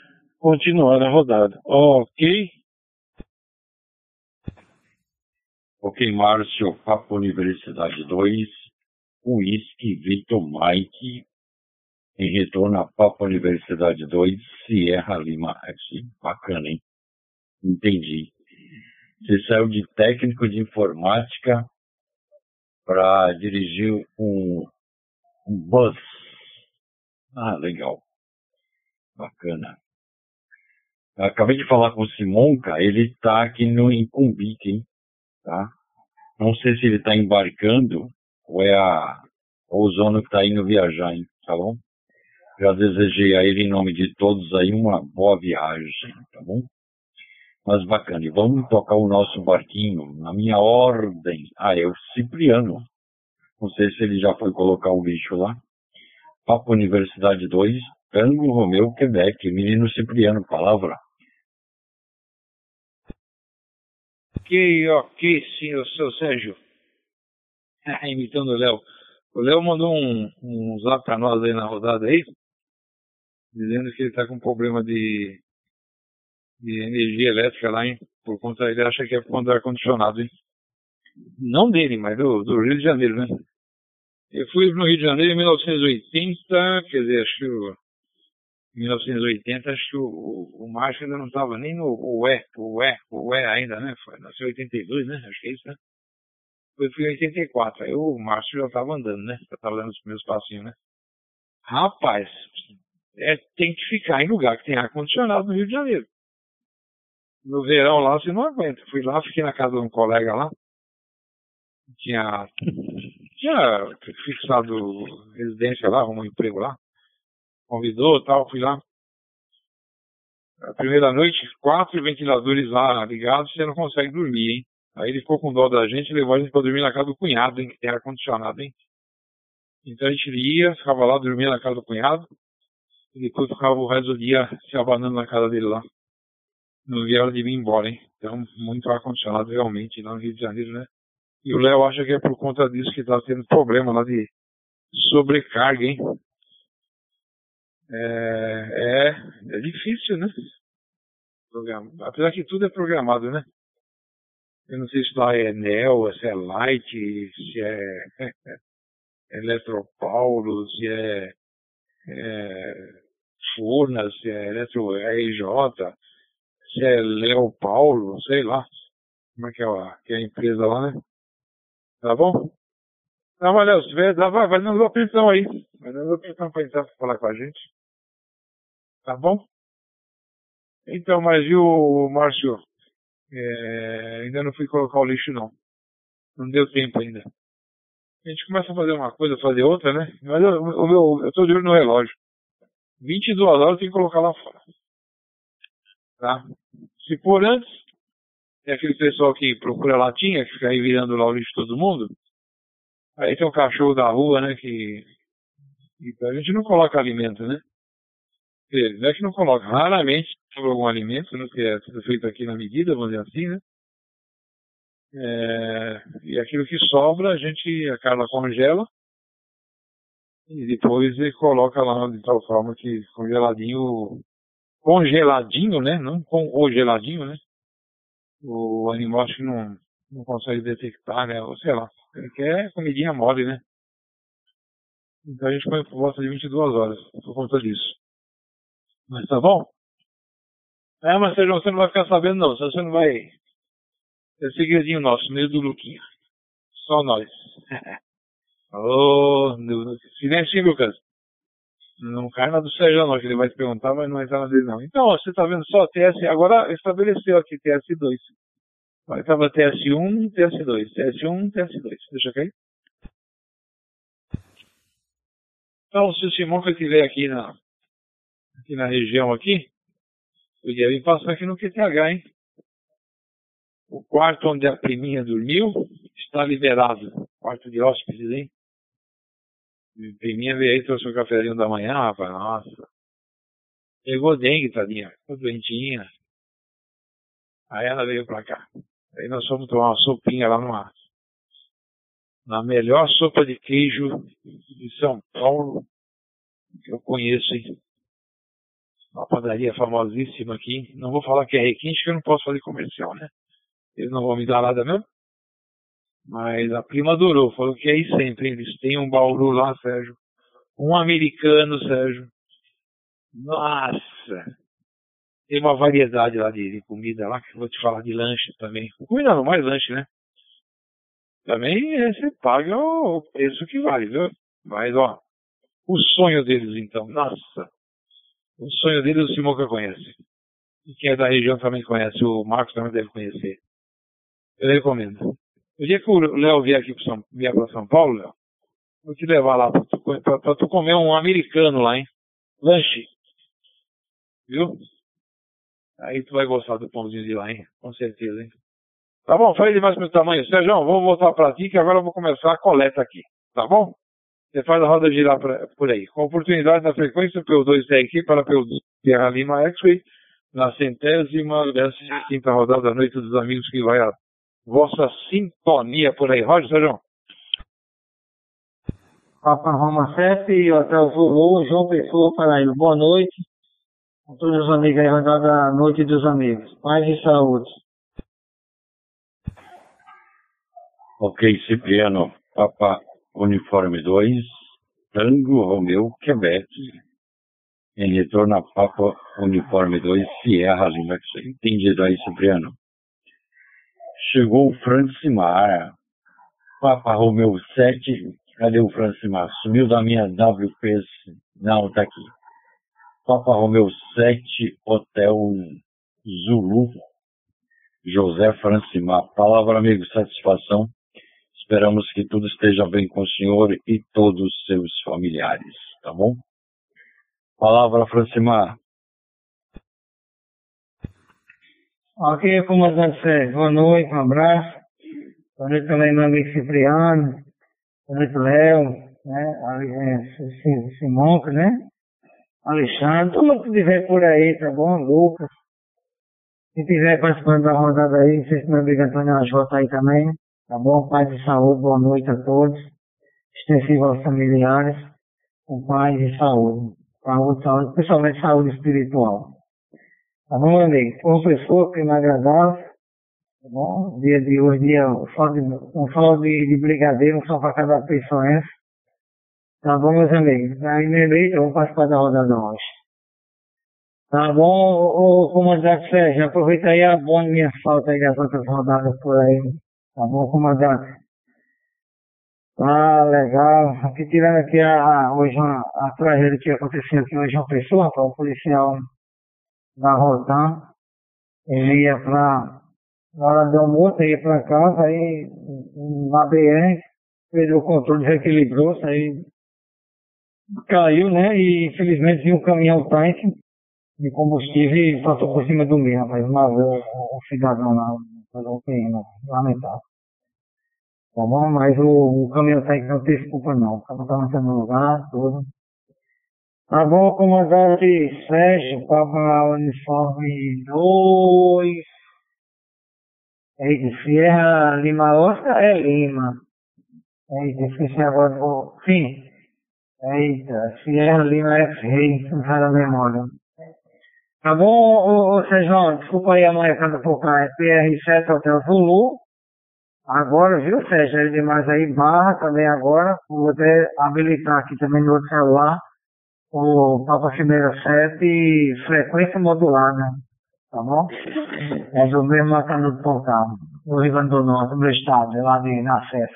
continuar a rodada. Ok? Ok, Márcio, Papa Universidade dois, Whisky, Victor Mike, em retorno a Papa Universidade dois, Sierra Lima F. Bacana, hein? Entendi. Você saiu de técnico de informática para dirigir um, um bus. Ah, legal. Bacana. Acabei de falar com o Simonca, ele está aqui no Incumbique, hein? Tá? Não sei se ele está embarcando ou é a Ozono que está indo viajar, hein? Tá bom? Já desejei a ele, em nome de todos aí, uma boa viagem, tá bom? Mas bacana. E vamos tocar o nosso barquinho na minha ordem. Ah, é o Cipriano. Não sei se ele já foi colocar o bicho lá. Papa Universidade dois, Tango Romeu, Quebec. Menino Cipriano, palavra. Ok, ok, senhor, seu Sérgio. Imitando o Léo. O Léo mandou um, um zap pra nós aí na rodada aí, dizendo que ele tá com problema de, de energia elétrica lá, hein? Por conta, ele acha que é por conta do ar-condicionado, hein? Não dele, mas do, do Rio de Janeiro, né? Eu fui no Rio de Janeiro em mil novecentos e oitenta, quer dizer, acho que o, em mil novecentos e oitenta, acho que o, o, o Márcio ainda não estava nem no o U E, o U E, o U E ainda, né? Foi, nasceu em oitenta e dois, né? Acho que é isso, né? Eu fui em oitenta e quatro, aí o Márcio já estava andando, né? Já estava dando os primeiros passinhos, né? Rapaz, é, tem que ficar em lugar que tem ar-condicionado no Rio de Janeiro. No verão lá você não aguenta. Fui lá, fiquei na casa de um colega lá. Tinha, tinha fixado residência lá, arrumou um emprego lá. Convidou e tal, fui lá. A primeira noite, quatro ventiladores lá ligados, você não consegue dormir, hein? Aí ele ficou com dó da gente e levou a gente pra dormir na casa do cunhado, hein? Que tem ar-condicionado, hein? Então a gente ia, ficava lá, dormia na casa do cunhado. E depois ficava o resto do dia se abanando na casa dele lá. Não via hora de vir embora, hein? Então, muito ar-condicionado realmente lá no Rio de Janeiro, né? E o Léo acha que é por conta disso que tá tendo problema lá de sobrecarga, hein? É, é, é difícil, né? Programa. Apesar que tudo é programado, né? Eu não sei se lá é Nel, se é Light, se é Eletropaulo, se é, é Furnas, se é Eletro R J, se é Léo Paulo, sei lá. Como é que é a, que é a empresa lá, né? Tá bom? Não, mas Léo, se tiver, vai, vai dando opção aí. Vai dando opção pra entrar pra falar com a gente. Tá bom? Então, mas viu, Márcio? É, ainda não fui colocar o lixo, não. Não deu tempo ainda. A gente começa a fazer uma coisa, fazer outra, né? Mas eu, o meu, eu tô de olho no relógio. vinte e duas horas tem que colocar lá fora. Tá? Se for antes, tem aquele pessoal que procura latinha, que fica aí virando lá o lixo de todo mundo. Aí tem um cachorro da rua, né, que, que a gente não coloca alimento, né? Não é que não coloca, raramente sobra algum alimento, né, que é tudo feito aqui na medida, vamos dizer assim, né? É, e aquilo que sobra a gente, a Carla congela e depois ele coloca lá de tal forma que congeladinho, congeladinho, né? Não congeladinho, né? O animal acho que não, não consegue detectar, né? Ou sei lá, ele quer comidinha mole, né? Então a gente põe por volta de vinte e duas horas, por conta disso. Mas tá bom? É, mas Sérgio, você não vai ficar sabendo não, você não vai... É segredinho nosso, meio do Luquinha. Só nós. Ô, oh, silêncio, Lucas. Não cai na do Sérgio não, que ele vai te perguntar, mas não entra na dele não. Então, ó, você tá vendo só T S, agora estabeleceu aqui T S dois. Aí tava T S um, T S dois, T S um, T S dois. Deixa eu cair. Então, se o Simonca estiver aqui na, aqui na região aqui, podia vir passar aqui no Q T H, hein? O quarto onde a priminha dormiu está liberado. Quarto de hóspedes, hein? A priminha veio aí, trouxe um cafezinho da manhã, rapaz. Nossa. Pegou dengue, tadinha. Ficou doentinha. Aí ela veio pra cá. Aí nós fomos tomar uma sopinha lá numa... Na melhor sopa de queijo de São Paulo que eu conheço, hein? Uma padaria famosíssima aqui. Não vou falar que é requinte, que eu não posso fazer comercial, né? Eles não vão me dar nada mesmo. Mas a prima adorou, falou que é aí sempre. Eles têm um Bauru lá, Sérgio. Um americano, Sérgio. Nossa! Tem uma variedade lá de, de comida lá, que eu vou te falar de lanche também. Comida não, mais lanche, né? Também é, você paga o preço que vale, viu? Mas, ó, o sonho deles, então. Nossa! O sonho deles o Simonca conhece. E quem é da região também conhece. O Marcos também deve conhecer. Eu recomendo. O dia que o Léo vier aqui para São, vier para São Paulo, Léo, vou te levar lá para tu, pra, pra tu comer um americano lá, hein? Lanche. Viu? Aí tu vai gostar do pãozinho de lá, hein? Com certeza, hein? Tá bom, falei demais pro tamanho. Sérgio, vamos voltar para ti, que agora eu vou começar a coleta aqui. Tá bom? Você faz a roda girar pra, por aí. Com oportunidade na frequência, P O dois segue aqui para P O dois Sierra Lima X-Ray, na centésima, décima quinta rodada da Noite dos Amigos, que vai a vossa sintonia por aí. Roger, Sérgio. Papa Roma sete, Hotel Zulu, João Pessoa, Paraíba. Boa noite a todos os amigos aí, rodada Noite dos Amigos. Paz e saúde. Ok, Cipriano, Papa Uniforme dois, Tango Romeu, Quebec, em retorno a Papa Uniforme dois, Sierra Lima. Entendido aí, Cipriano. Chegou o Francimar, Papa Romeu sete, cadê o Francimar? Sumiu da minha W P S, não, tá aqui. Papa Romeu sete, Hotel Zulu, José Francimar. Palavra, amigo, satisfação. Esperamos que tudo esteja bem com o senhor e todos os seus familiares, tá bom? Palavra, Francimar. Ok, comandante Sérgio. Boa noite, um abraço. Boa noite também, meu amigo Cipriano. Boa noite, Léo, né? Simonca, né? Alexandre, todo mundo que estiver por aí, tá bom? Lucas. Se estiver participando da rodada aí, não sei se meu amigo Antônio Ajota aí também. Tá bom? Paz e saúde, boa noite a todos. Extensivo aos familiares, com paz e saúde. Saúde, saúde, principalmente saúde espiritual. Tá bom, meu amigo? Foi uma pessoa que me agradável. Tá bom? Dia de hoje, dia só de, um só de, de brigadeiro, um só para cada pessoa essa. Tá bom, meus amigos? Aí, me lembrei, eu vou participar da rodada hoje. Tá bom, ô, ô comandante Sérgio, aproveita aí a boa minha falta aí das outras rodadas por aí. Tá bom, comandante? Ah, legal. Aqui tirando aqui a, a, hoje uma, a tragédia que aconteceu aqui hoje, uma pessoa, rapaz, um policial da Rotan, ele ia pra, na hora do almoço, ia pra casa, aí na B R, perdeu o controle, desequilibrou, aí caiu, né, e infelizmente viu um caminhão tanque de combustível e passou por cima do meio, rapaz, matou o, o cidadão lá, o P M, lamentável. Tá bom? Mas o, o caminhão tanque não teve culpa não. O cara estava no lugar, tudo. Tá bom, comandante Sérgio, Papa Uniforme dois. Eita, Sierra Lima Oscar é Lima. Eita, esqueci agora do... Sim. Eita, Sierra Lima X-Ray, não sai da memória. Tá bom, ô, ô Sérgio, desculpa aí a marcada por cá, é P R sete Hotel Zulu. Agora, viu, Sérgio, ele demais aí, barra também agora, vou até habilitar aqui também no outro celular, o Papa Cimeira sete, frequência modulada, tá bom? É do mesmo marcador do portal, do Rio Grande do Norte, do meu estado, lá de na acesso.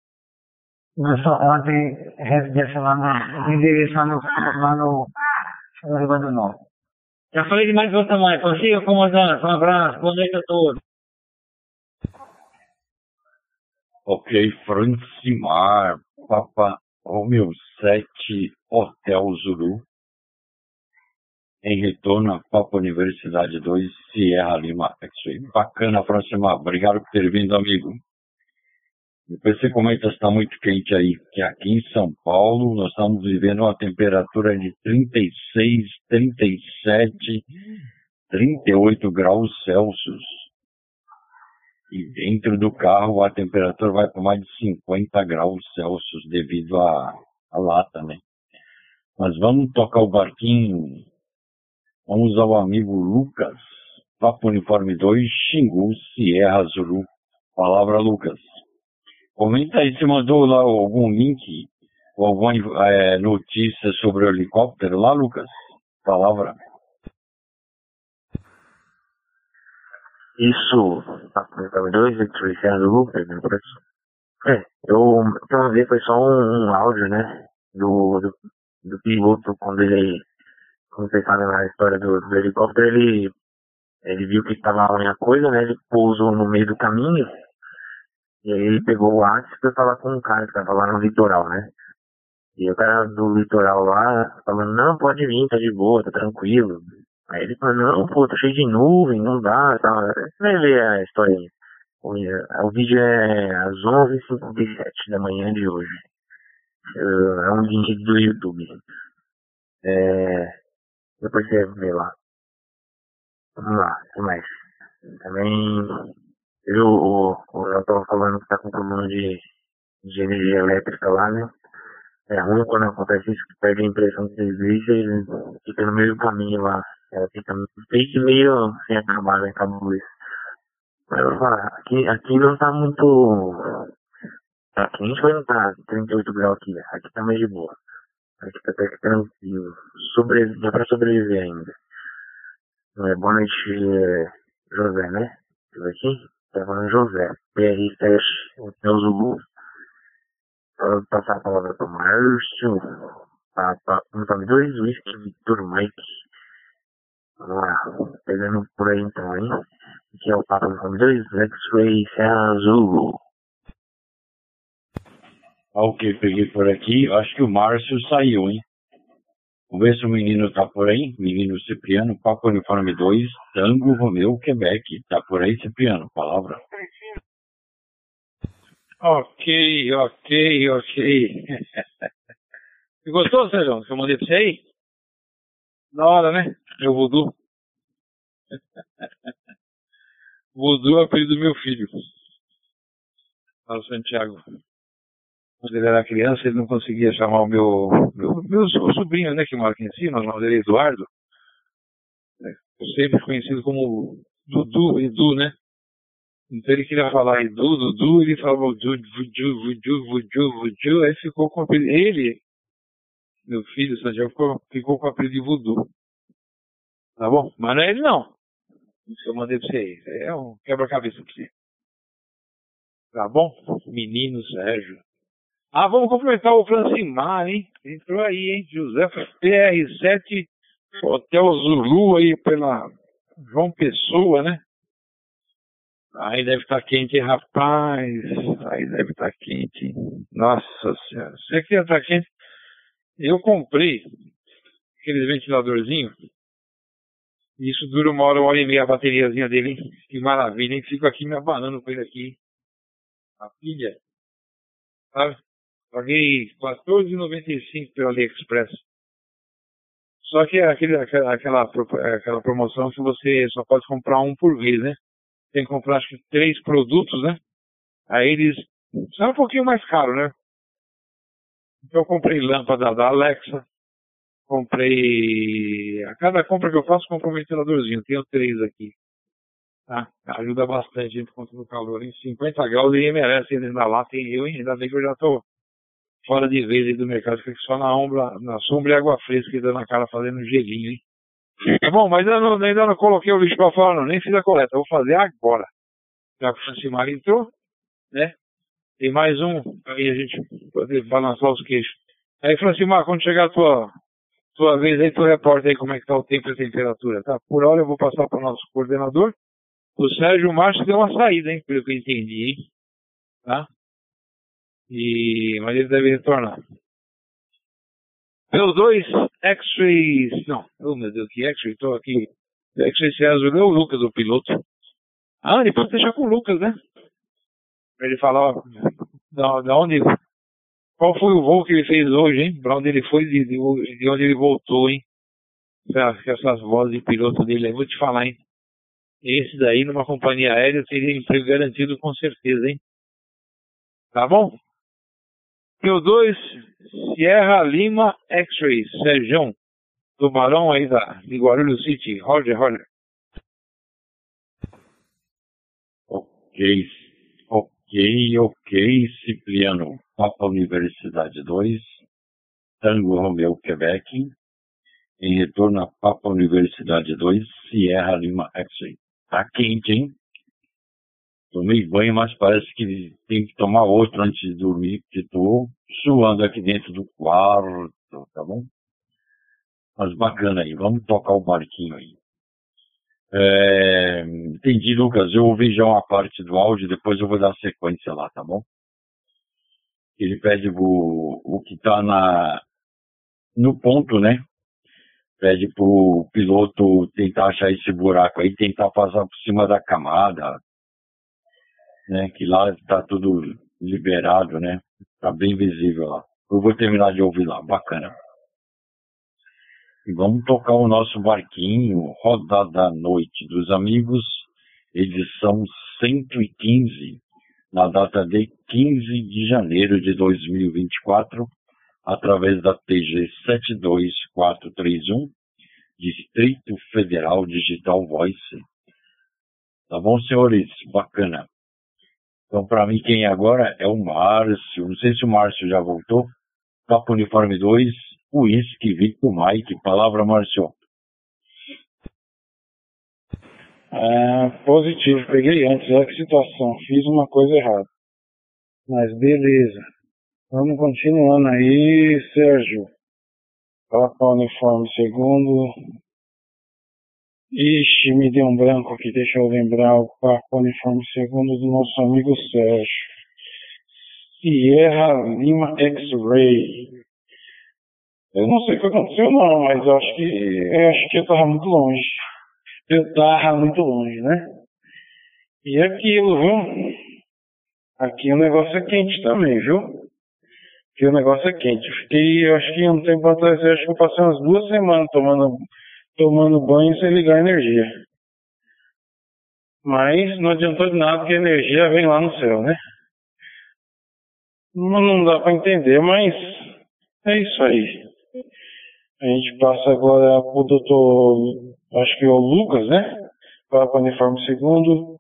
Ela tem residência lá no, endereço lá no, lá no, no Rio Grande do Norte. Já falei demais outra mais, consiga, comandante, um abraço, boa noite a todos. Ok, Francimar, Papa Romeu sete, Hotel Zulu, em retorno a Papa Universidade dois, Sierra Lima X-Ray. Bacana, Francimar, obrigado por ter vindo, amigo. Depois você comenta se está muito quente aí, que aqui em São Paulo nós estamos vivendo uma temperatura de trinta e seis, trinta e sete, trinta e oito graus Celsius. E dentro do carro a temperatura vai para mais de cinquenta graus Celsius devido à, à lata, né? Mas vamos tocar o barquinho. Vamos ao amigo Lucas, Papa Uniforme dois, Xingu, Sierra Zulu. Palavra, Lucas. Comenta aí, você mandou lá algum link ou alguma é, notícia sobre o helicóptero lá, Lucas? Palavra. Isso, Papo dois, X-Ray Serra Zulu, é, eu, pra ver, foi só um, um áudio, né, do, do, do piloto, quando ele, como vocês sabem na história do, do helicóptero, ele, ele viu que estava ruim a coisa, né, ele pousou no meio do caminho, e aí ele pegou o ácido e falar com um cara que tava lá no litoral, né, e o cara do litoral lá, falando, não, pode vir, tá de boa, tá tranquilo. Aí ele falou, não, pô, tá cheio de nuvem, não dá, tá. Você vai ver a história aí. O, o vídeo é às onze e cinquenta e sete da manhã de hoje. É um link do YouTube. É, depois você vê lá. Vamos lá, o que mais? Também, eu, o, o, eu tava falando que tá com problema de, de energia elétrica lá, né? É ruim quando acontece isso, que perde a impressão que vocês veem e fica no meio do caminho lá. Ela fica meio sem acabar, né? Acabou isso. Mas eu vou falar, aqui, aqui não tá muito. Tá quente, mas não tá trinta e oito graus aqui. Aqui tá mais de boa. Aqui tá até que tranquilo. Sobre, dá pra sobreviver ainda. É, boa noite, José, né? Tudo aqui? Tá falando José. P R sete, Hotel Zulu. Vou passar a palavra pro Márcio. Papa um nove dois, Whisky Victor Mike. Vamos lá, pegando por aí então, hein? Aqui é o Papa um nove dois, X-Ray Serra Zulu. Ok, peguei por aqui. Acho que o Márcio saiu, hein? Vamos ver se o menino tá por aí. Menino Cipriano, Papa Uniforme dois, Tango Romeu, Quebec. Tá por aí, Cipriano? Palavra. Ok, ok, ok. Você gostou, Sérgio? Que eu mandei pra você aí? Da hora, né? Meu voodoo. Voodoo é o apelido do meu filho. Para Santiago. Quando ele era criança, ele não conseguia chamar o meu, meu, meu sobrinho, né, que mora aqui em cima, o nome dele é Eduardo. É, sempre conhecido como Dudu, Edu, né? Então ele queria falar Edu, Dudu, ele falava Vudu, Vudu, Vudu, Vudu, Vudu, aí ficou com o apelido. Ele, meu filho, Santiago, ficou, ficou com o apelido de Voodoo. Tá bom? Mas não é ele não. Isso eu mandei pra você aí. É um quebra-cabeça pra você. Tá bom? Menino Sérgio. Ah, vamos cumprimentar o Francimar, hein? Entrou aí, hein? José P R sete, Hotel Zulu aí pela João Pessoa, né? Aí deve estar quente, hein, rapaz. Aí deve estar quente. Nossa Senhora. Você que está quente. Eu comprei aqueles ventiladorzinhos. Isso dura uma hora, uma hora e meia a bateriazinha dele, hein? Que maravilha, hein? Fico aqui me abanando com ele aqui. A pilha. Sabe? Paguei quatorze reais e noventa e cinco pelo AliExpress. Só que é aquele, aquela, aquela, aquela promoção que você só pode comprar um por vez, né? Tem que comprar acho que três produtos, né? Aí eles... São um pouquinho mais caro, né? Então eu comprei lâmpada da Alexa. Comprei... A cada compra que eu faço, compro um ventiladorzinho. Tenho três aqui. Tá? Ajuda bastante a gente contra o calor, hein? cinquenta graus ele merece ainda lá. Tem eu, hein? Ainda bem que eu já tô fora de vez aí do mercado. Fico só na, ombra, na sombra e água fresca dando na cara fazendo gelinho, hein? Tá bom, mas eu não, ainda não coloquei o lixo pra fora, não. Nem fiz a coleta. Eu vou fazer agora. Já que o Francimar entrou, né? Tem mais um. Aí a gente pode balançar os queixos. Aí, Francimar, quando chegar a tua, tua vez aí, tu reporta aí como é que tá o tempo e a temperatura, tá? Por hora eu vou passar para o nosso coordenador. O Sérgio Márcio deu uma saída, hein? Pelo que eu entendi, hein? Tá? E... Mas ele deve retornar. Meus dois X-Rays... Não, oh meu Deus, que X-Ray? Tô aqui. X-Ray César, é o Lucas, o piloto. Ah, depois deixar com o Lucas, né? Pra ele falar, ó, da, da onde... Qual foi o voo que ele fez hoje, hein? Pra onde ele foi e de, de onde ele voltou, hein? Essas, essas vozes de piloto dele aí, vou te falar, hein? Esse daí, numa companhia aérea, teria emprego garantido com certeza, hein? Tá bom? P dois, Sierra Lima X-Ray, Sérgio, Tubarão aí da, de Guarulhos City, Roger, Roger. Ok. Ok, ok, Cipriano, Papa Universidade dois, Tango Romeo, Quebec, em retorno a Papa Universidade dois, Sierra Lima X-Ray. Tá quente, hein? Tomei banho, mas parece que tem que tomar outro antes de dormir, porque tô suando aqui dentro do quarto, tá bom? Mas bacana aí, vamos tocar o barquinho aí. É, entendi, Lucas, eu ouvi já uma parte do áudio, depois eu vou dar sequência lá, tá bom? Ele pede o, o que tá na, no ponto, né? Pede pro piloto tentar achar esse buraco aí, tentar passar por cima da camada, né? Que lá tá tudo liberado, né? Tá bem visível lá. Eu vou terminar de ouvir lá, bacana. E vamos tocar o nosso barquinho, Rodada à Noite dos Amigos, edição cento e quinze, na data de quinze de janeiro de dois mil e vinte e quatro, através da T G sete dois quatro três um, Distrito Federal Digital Voice. Tá bom, senhores? Bacana. Então, para mim, quem é agora é o Márcio. Não sei se o Márcio já voltou. Papa Uniforme dois, Whisky Victor Mike. Palavra, Márcio. Ah, positivo, peguei antes. Olha que situação. Fiz uma coisa errada. Mas beleza. Vamos continuando aí, Sérgio. Papa Uniforme segundo. Ixi, me deu um branco aqui. Deixa eu lembrar o Papa Uniforme segundo do nosso amigo Sérgio. Sierra Lima X-Ray. Eu não sei o que aconteceu não, mas eu acho que eu acho que eu tava muito longe. Eu tava muito longe, né? E aquilo, viu? Aqui o negócio é quente também, viu? Aqui o negócio é quente. Eu fiquei, eu acho que um tempo atrás, eu acho que eu passei umas duas semanas tomando, tomando banho sem ligar a energia. Mas não adiantou de nada que a energia vem lá no céu, né? Não, não dá pra entender, mas é isso aí. A gente passa agora pro doutor, acho que é o Lucas, né? Papa Uniforme segundo.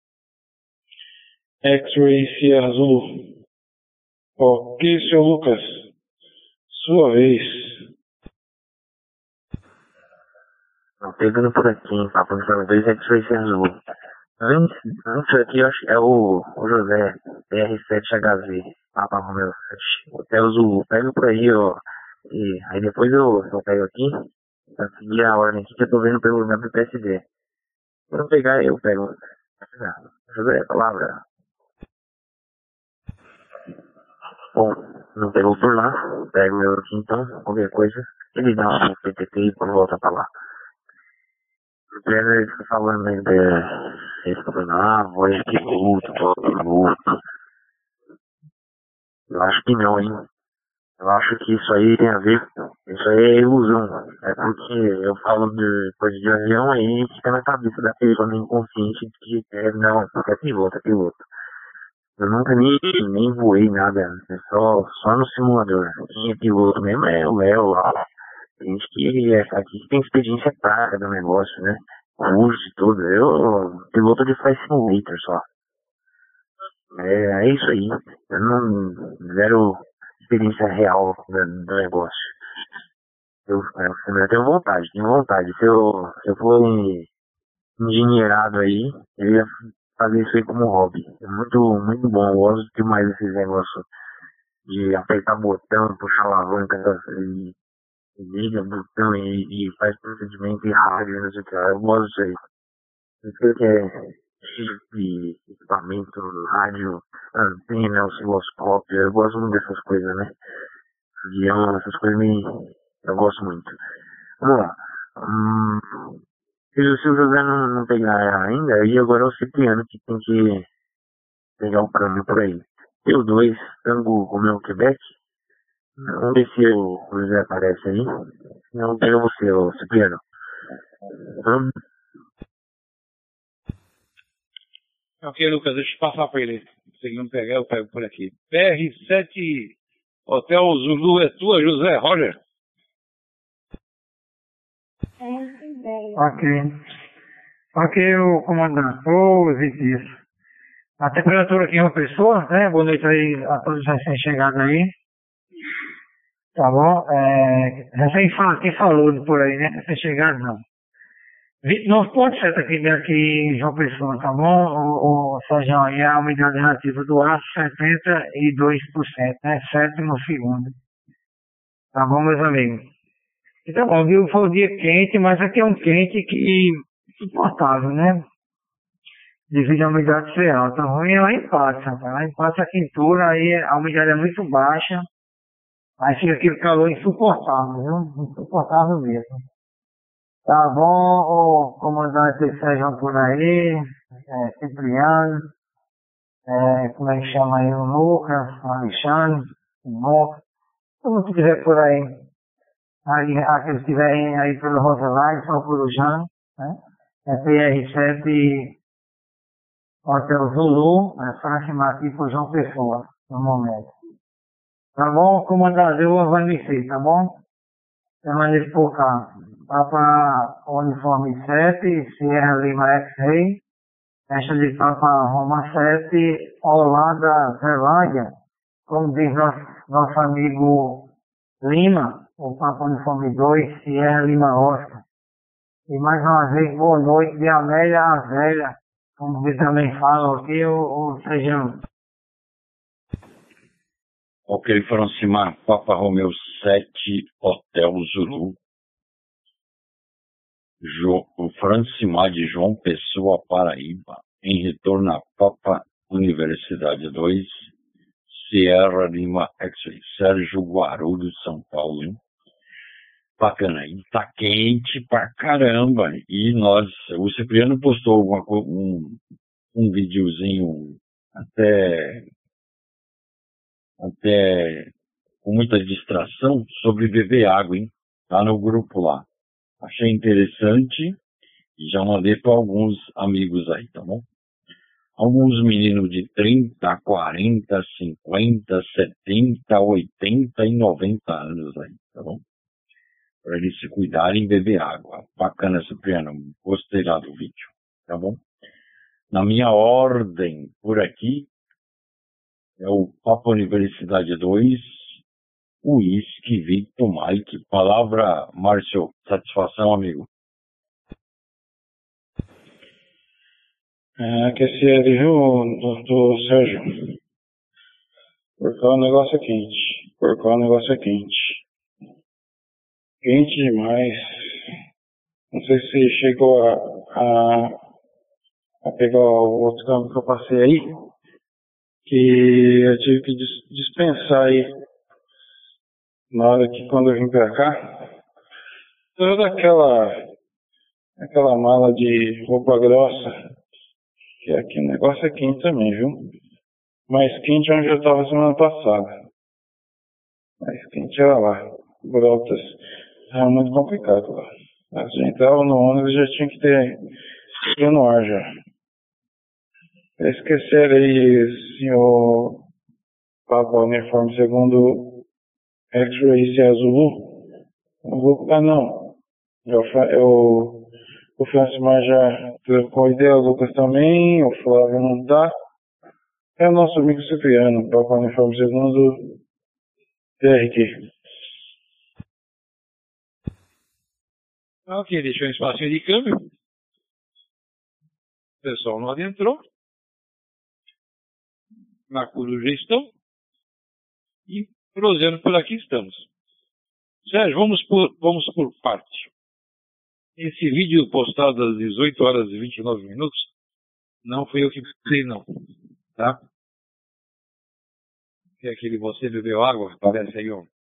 X-Ray Sierra Zulu. Ok, senhor Lucas. Sua vez. Não, pegando por aqui, hein? Papa Uniforme dois, X-Ray Sierra Zulu. Antes, antes aqui, eu acho que é o, o José, B R sete H V, Papa Romeo sete. Até o Zulu. Pega por aí, ó. E aí depois eu, eu pego aqui, pra seguir a ordem aqui que eu tô vendo pelo meu P S D. Se eu não pegar, eu pego. José, palavra. Bom, não pegou por lá, pego eu aqui então, qualquer coisa, ele dá um P T T e volta pra lá. O Trevor fica falando ainda, ele fica falando, ah, voz de luto, voz de luto. Eu acho que não, hein. Eu acho que isso aí tem a ver, isso aí é ilusão. É porque eu falo de coisa de avião aí fica na cabeça da pessoa inconsciente de que é, não, é piloto, é piloto. Eu nunca nem, nem voei nada, é só, só no simulador. Quem é piloto mesmo é o Léo lá. Tem gente que é, aqui tem experiência prática do negócio, né? Curso e tudo. Eu, piloto de Flight Simulator só. É, é isso aí. Eu não zero experiência real do, do negócio. Eu, eu, eu tenho vontade, tenho vontade. Se eu, se eu for engenheirado aí, eu ia fazer isso aí como hobby. É muito, muito bom. Eu gosto demais desses negócios de apertar botão, puxar alavanca e, e liga botão e, e faz procedimento em rádio, não sei o que. Eu gosto disso aí. Não sei o que é tipo de equipamento, rádio, antena, osciloscópio. Eu gosto muito dessas coisas, né? Avião, essas coisas me, eu gosto muito. Vamos lá. Hum, se o José não, não pegar ainda, aí agora é o Cipriano que tem que pegar o câmbio por aí. T O dois, Tango Romeo Quebec. Vamos ver se o José aparece aí. Não, pega você, o Cipriano. Hum. Ok, Lucas, deixa eu passar para ele. Se ele não pegar, eu pego por aqui. P R sete Hotel Zulu é tua, José Roger? Ok. Ok, o comandante. Ô, Ziquis. A temperatura aqui em uma pessoa, né? Boa noite aí a todos recém-chegados aí. Tá bom? É, recém fala, quem falou por aí, né? Recém-chegados não. vinte e nove ponto sete aqui, aqui em João Pessoa, tá bom? O, o Sérgio aí, a umidade relativa do ar, setenta e dois por cento, né? sete no segundo. Tá bom, meus amigos? Então, bom, viu? Foi um dia quente, mas aqui é um quente que suportável, né? Devido à umidade ser alta. Ruim é lá em Patos, rapaz. Lá em Patos a quentura, aí a umidade é muito baixa. Aí fica aquele calor insuportável, viu? Insuportável mesmo. Tá bom, o comandante Sérgio por aí, é, Cipriano, é, como é que chama aí o Lucas, o Alexandre, o Moco, todo mundo que estiver por aí. Aí, aqueles que estiverem aí pelo Roselage, São Corujano, né? É P R sete Hotel Zulu, é próximo aqui por João Pessoa, no momento. Tá bom, comandante, eu avançei, tá bom? Permaneço por cá. Papa Uniforme sete, Sierra Lima X-Ray, Festa de Papa Roma sete, Holanda, Zelândia, como diz nosso, nosso amigo Lima, o Papa Uniforme dois, Sierra Lima Oscar. E mais uma vez, boa noite de Amélia a Zélia, como você também fala aqui, o, o Sejão. Ok, Francimar, Papa Romeu sete, Hotel Zulu. Jo, o Francimar de João Pessoa, Paraíba, em retorno a Papa Universidade dois, Sierra Lima X-Ray, Sérgio Guarulhos, São Paulo, hein? Bacana, e tá quente pra caramba, e nós, o Cipriano postou alguma, um, um videozinho até, até com muita distração sobre beber água, hein? Tá no grupo lá. Achei interessante e já mandei para alguns amigos aí, tá bom? Alguns meninos de trinta, quarenta, cinquenta, setenta, oitenta e noventa anos aí, tá bom? Para eles se cuidarem e beber água. Bacana, Cipriano. Gostei lá do vídeo, tá bom? Na minha ordem por aqui é o Papa Universidade dois, Whisky Victor Mike. Palavra, Márcio. Satisfação, amigo. É, que esse ali, viu, do, do Sérgio? Por cá o negócio é quente. Por cá o negócio é quente. Quente demais. Não sei se chegou a, a, a pegar o outro câmbio que eu passei aí. Que eu tive que dis, dispensar aí. Na hora que quando eu vim pra cá. Toda aquela, aquela mala de roupa grossa. Que aqui o negócio é quente também, viu? Mais quente onde eu estava semana passada. Mais quente era lá. Brotas. Era muito complicado lá. A gente entrava no ônibus e já tinha que ter frio no ar já. Esqueceram aí, senhor Papa Uniforme segundo X-Ray e Azul. Não vou. Ah, não. Eu, eu, o Francimar já trocou ideia, o Lucas também, o Flávio não dá. É o nosso amigo Cipriano, Papa Uniforme segundo P R Q. Ok, deixou um espacinho de câmbio. O pessoal não adentrou. Na coruja estão. E prosseguindo por aqui estamos. Sérgio, vamos por, vamos por parte. Esse vídeo postado às dezoito horas e vinte e nove minutos, não fui eu que fiz não, tá? Que é aquele você bebeu água, parece aí ó,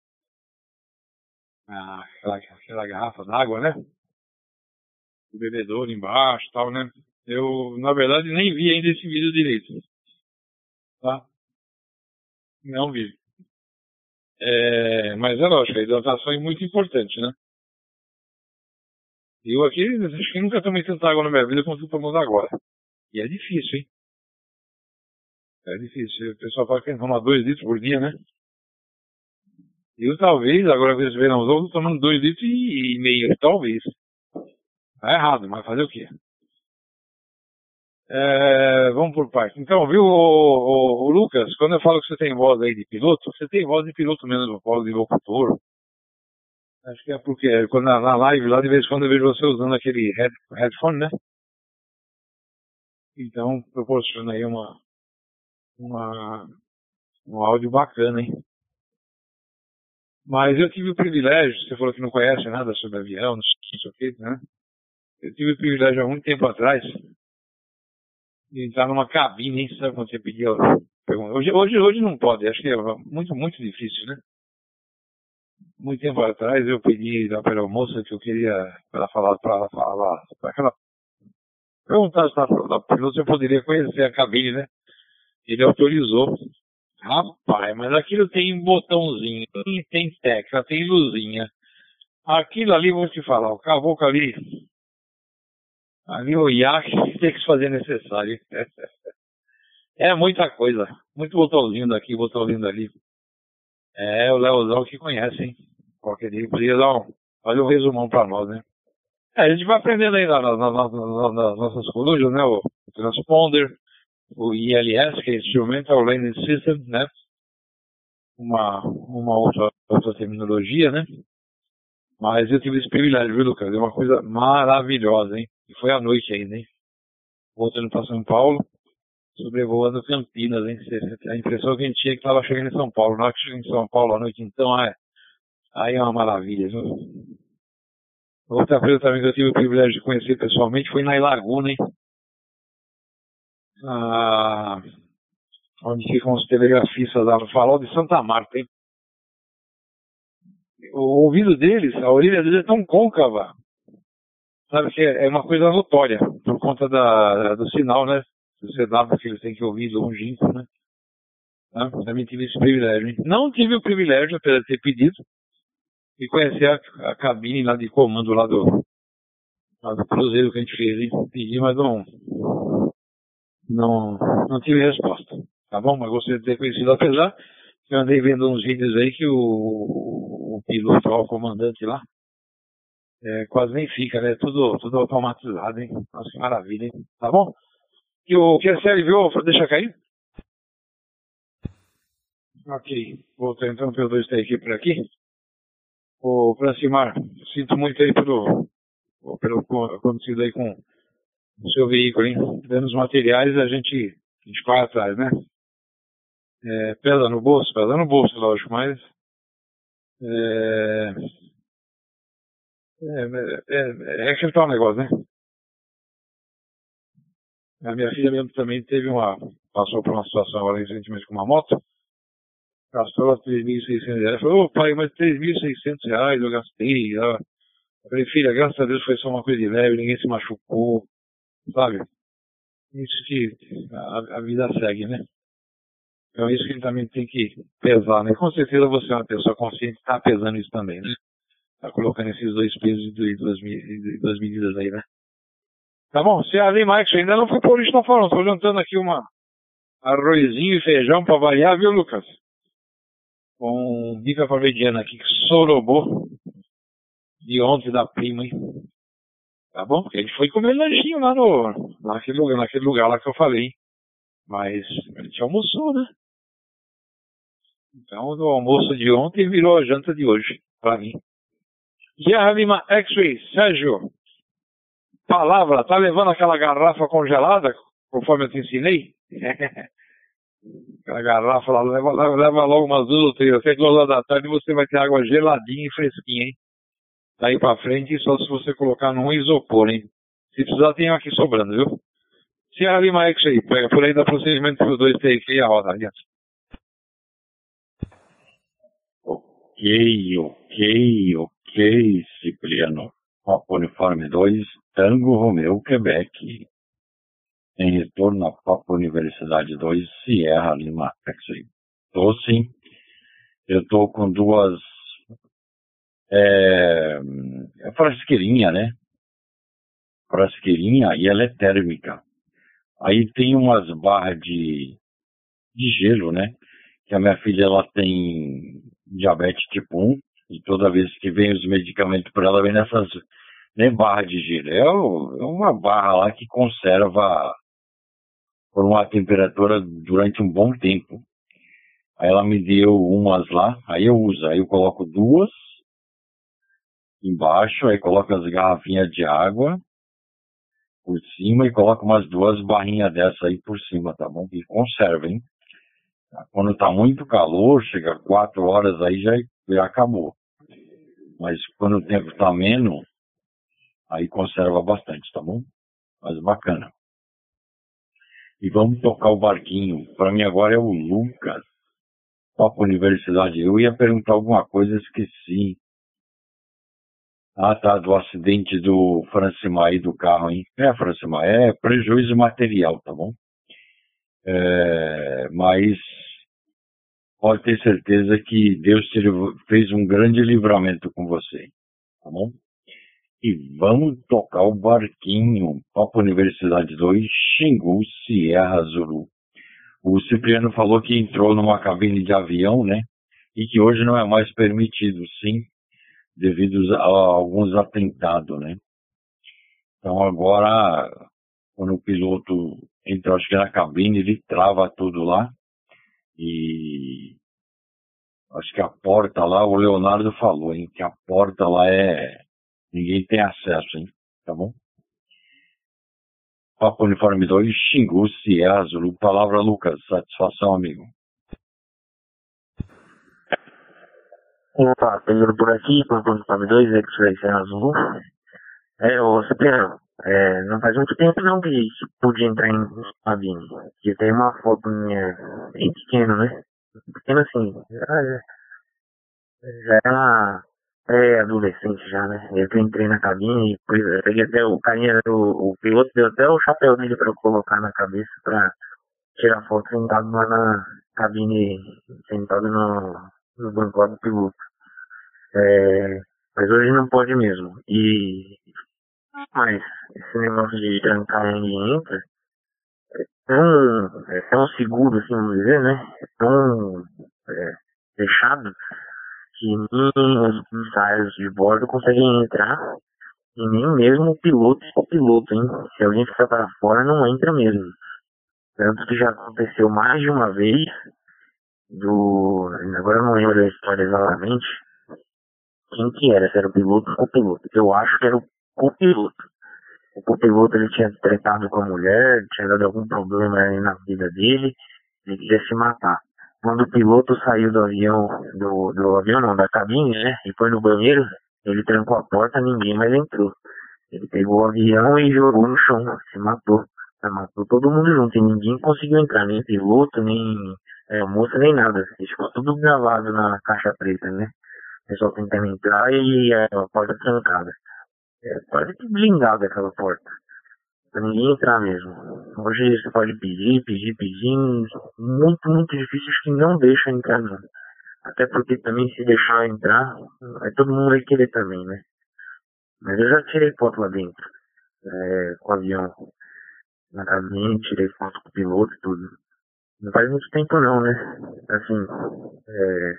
ah, aquela, aquela garrafa d'água, né? O bebedouro embaixo e tal, né? Eu, na verdade, nem vi ainda esse vídeo direito, tá? Não vi. É, mas é lógico, a hidratação é muito importante, né? Eu aqui, acho que nunca tomei tanta água na minha vida como estou tomando agora. E é difícil, hein? É difícil. O pessoal fala que tem que tomar dois litros por dia, né? Eu talvez, agora que esse verão, estou tomando dois litros e meio, talvez. Tá errado, mas fazer o quê? É, vamos por parte. Então, viu, o, o, o Lucas, quando eu falo que você tem voz aí de piloto, você tem voz de piloto mesmo, voz de locutor. Acho que é porque quando na, na live lá, de vez em quando eu vejo você usando aquele head, headphone, né? Então, proporciona aí uma, uma, um áudio bacana, hein? Mas eu tive o privilégio, você falou que não conhece nada sobre avião, não sei o que, né? Eu tive o privilégio há muito tempo atrás de entrar numa cabine, hein? Sabe quando você pediu? Hoje, hoje, hoje não pode, acho que é muito, muito difícil, né? Muito tempo atrás eu pedi para a moça que eu queria, para ela falar, para ela falar, para ela perguntar se eu poderia conhecer a cabine, né? Ele autorizou. Rapaz, mas aquilo tem botãozinho, tem tecla, tem luzinha. Aquilo ali, vou te falar, o cavoco ali, ali o iaque tem que se fazer necessário. É muita coisa, muito botãozinho daqui, botãozinho dali. É, o Leozão que conhece, hein? Qualquer dia podia dar um, fazer um resumão pra nós, né? É, a gente vai aprendendo aí nas, nas, nas, nas nossas corujas, né? O transponder, o I L S, que é Instrumental Landing System, né? Uma, uma outra, outra terminologia, né? Mas eu tive esse privilégio, viu, Lucas? É uma coisa maravilhosa, hein? E foi à noite ainda, hein? Voltando para São Paulo, sobrevoando Campinas, hein? A impressão que a gente tinha que estava chegando em São Paulo. Na hora que cheguei em São Paulo à noite, então, é, aí é uma maravilha, viu? Outra coisa também que eu tive o privilégio de conhecer pessoalmente foi na Ilaguna, hein? Ah, onde ficam os telegrafistas lá no farol de Santa Marta, hein? O ouvido deles, a orelha deles é tão côncava, sabe, que é uma coisa notória, por conta da, do sinal, né? Do C W que eles têm que ouvir longínquo, né? Ah, também tive esse privilégio, hein? Não tive o privilégio, apesar de ter pedido, de conhecer a, a cabine lá de comando lá do, lá do cruzeiro que a gente fez, hein? Pedi, mas não, não, não tive resposta, tá bom? Mas gostaria de ter conhecido, apesar que eu andei vendo uns vídeos aí que o, o piloto, o comandante lá, é, quase nem fica, né? Tudo, tudo automatizado, hein? Nossa, que maravilha, hein? Tá bom? E o que a série viu, deixa cair? Ok, vou tentando pelo dois T aqui por aqui. Ô, Francimar, sinto muito aí pelo, pelo acontecido aí com o seu veículo, hein? Danos materiais a gente, a gente corre atrás, né? É, pesa no bolso, pesa no bolso, lógico, mas é, é, é, é aquele tal negócio, né? A minha filha mesmo também teve uma, passou por uma situação agora recentemente com uma moto, gastou lá três mil e seiscentos reais. Falou, ô pai, mas três mil e seiscentos reais eu gastei. Eu falei, filha, graças a Deus foi só uma coisa de leve, ninguém se machucou, sabe? Isso que a, a vida segue, né? Então isso que ele também tem que pesar, né? Com certeza você é uma pessoa consciente, está pesando isso também, né? Tá colocando esses dois pesos e duas, duas medidas aí, né? Tá bom, se ali, Max, ainda não foi por isso não falando, tô jantando aqui uma arrozinho e feijão pra variar, viu, Lucas? Com bica parmegiana aqui, que sorobou de ontem da prima, hein? Tá bom? Porque a gente foi comer lanchinho lá no, naquele lugar, naquele lugar lá que eu falei, hein? Mas a gente almoçou, né? Então, o almoço de ontem virou a janta de hoje, pra mim. Sierra Lima X-Ray, Sérgio, palavra, tá levando aquela garrafa congelada, conforme eu te ensinei? Aquela garrafa lá, leva, leva, leva logo umas duas ou três, até duas horas da tarde você vai ter água geladinha e fresquinha, hein? Daí pra frente, só se você colocar num isopor, hein? Se precisar, tem aqui sobrando, viu? Sierra Lima X-Ray, pega por aí, dá procedimento pro dois T aqui e a roda, adiante. Ok, ok, ok, Cipriano. Papa Uniforme dois, Tango Romeo, Quebec. Em retorno a Papa Universidade dois, Sierra Lima X-Ray. Tô sim. Eu tô com duas... É, é frasqueirinha, né? Frasqueirinha e ela é térmica. Aí tem umas barras de, de gelo, né? Que a minha filha, ela tem diabetes tipo um, e toda vez que vem os medicamentos para ela, vem nessas, nem barra de gelo, é uma barra lá que conserva por uma temperatura durante um bom tempo. Aí ela me deu umas lá, aí eu uso, aí eu coloco duas embaixo, aí coloco as garrafinhas de água por cima e coloco umas duas barrinhas dessa aí por cima, tá bom? E conserva, hein? Quando tá muito calor, chega quatro horas aí já, já acabou. Mas quando o tempo tá menos, aí conserva bastante, tá bom? Mas bacana. E vamos tocar o barquinho. Para mim agora é o Lucas. Papo Universidade. Eu ia perguntar alguma coisa, esqueci. Ah, tá, do acidente do Francimar aí do carro, hein? É, Francimar, é prejuízo material, tá bom? É, mas pode ter certeza que Deus te, fez um grande livramento com você, tá bom? E vamos tocar o barquinho. Papo Universidade dois, Xingu, Sierra Zulu. O Cipriano falou que entrou numa cabine de avião, né? E que hoje não é mais permitido, sim, devido a alguns atentados, né? Então agora, quando o piloto entra, acho que na cabine, ele trava tudo lá. E acho que a porta lá, o Leonardo falou, hein? Que a porta lá é... ninguém tem acesso, hein? Tá bom? Papo Uniforme dois, Xingu, Sierra Zulu. Palavra, Lucas. Satisfação, amigo. Opa, Pedro por aqui, Papo Uniforme dois, X-Ray Sierra Zulu. É, ô Cipriano, é, não faz muito tempo não que pude entrar em cabine. Que tem uma foto minha bem pequena, né? Pequena assim, já, já era pré-adolescente já, né? Eu que entrei na cabine e eu peguei até o carinha, o, o piloto deu até o chapéu dele pra eu colocar na cabeça pra tirar foto sentado lá na cabine, sentado no, no banco lá do piloto. É, mas hoje não pode mesmo. E mas esse negócio de trancar ninguém entra é tão, é tão seguro, assim, vamos dizer, né? É tão é, fechado que nem os ensaios de bordo conseguem entrar e nem mesmo o piloto é o piloto, hein? Se alguém ficar para fora, não entra mesmo. Tanto que já aconteceu mais de uma vez do... agora eu não lembro da história exatamente quem que era, se era o piloto ou o copiloto. Eu acho que era o copiloto. O copiloto ele tinha tretado com a mulher, tinha dado algum problema aí na vida dele, ele queria se matar. Quando o piloto saiu do avião, do, do avião não, da cabine, né, e foi no banheiro, ele trancou a porta, ninguém mais entrou. Ele pegou o avião e jogou no chão, se matou. Matou todo mundo junto e ninguém conseguiu entrar, nem piloto, nem é, moça, nem nada. Isso ficou tudo gravado na caixa preta, né? O pessoal tentando entrar e a porta trancada. É quase que blindada aquela porta. Pra ninguém entrar mesmo. Hoje você pode pedir, pedir, pedir. Muito, muito difícil. Acho que não deixa entrar, não. Até porque também se deixar entrar, aí todo mundo vai querer também, né? Mas eu já tirei foto lá dentro. É, com o avião. Na cabine, tirei foto com o piloto e tudo. Não faz muito tempo não, né? Assim, é...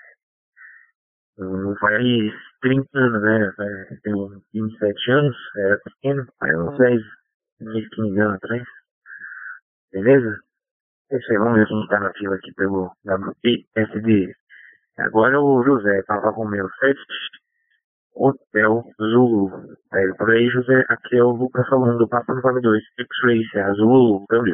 não faz trinta anos, né? Eu tenho vinte e sete anos, era pequeno, faz uns dez, quinze anos atrás. Beleza? É isso aí, vamos ver quem tá na fila aqui pelo W P S D. Agora o José tava com o meu sete Hotel Zulu. Aí, por aí, José, aqui é o Lucas falando do Papo Uniforme dois, X-Ray Sierra Zulu, Gabriel.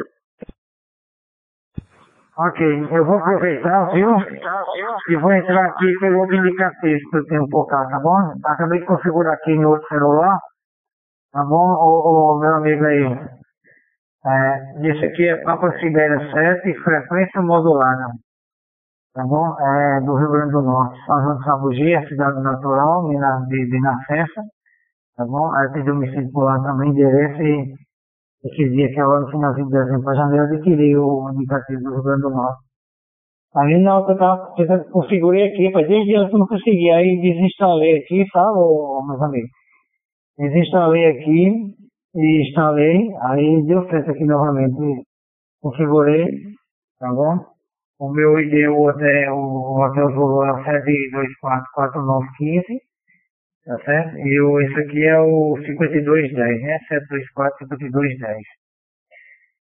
Ok, eu vou aproveitar, viu? E vou entrar aqui pelo indicativo que eu tenho colocado, tá bom? Acabei de configurar aqui no outro celular, tá bom? O, o meu amigo aí, é, esse aqui é Papa Sibéria sete, frequência modulada, tá bom? É do Rio Grande do Norte, São João de Sabugia, cidade natural, de, de Nascença, tá bom? Aí tem domicílio por lá também, endereço e... Esse dia que agora no finalzinho de dezembro para janeiro eu adquiri o indicativo do Rio Grande do Norte. Aí na hora que eu tava, eu configurei aqui, mas desde antes eu não consegui, aí desinstalei aqui, sabe, ô, meus amigos? Desinstalei aqui e instalei, aí deu certo aqui novamente, configurei, tá bom? O meu I D, o hotel, o hotel Zulu é o sete dois quatro quatro nove um cinco, tá certo? E o, esse aqui é o cinquenta e dois dez, né? sete dois quatro cinquenta e dois dez.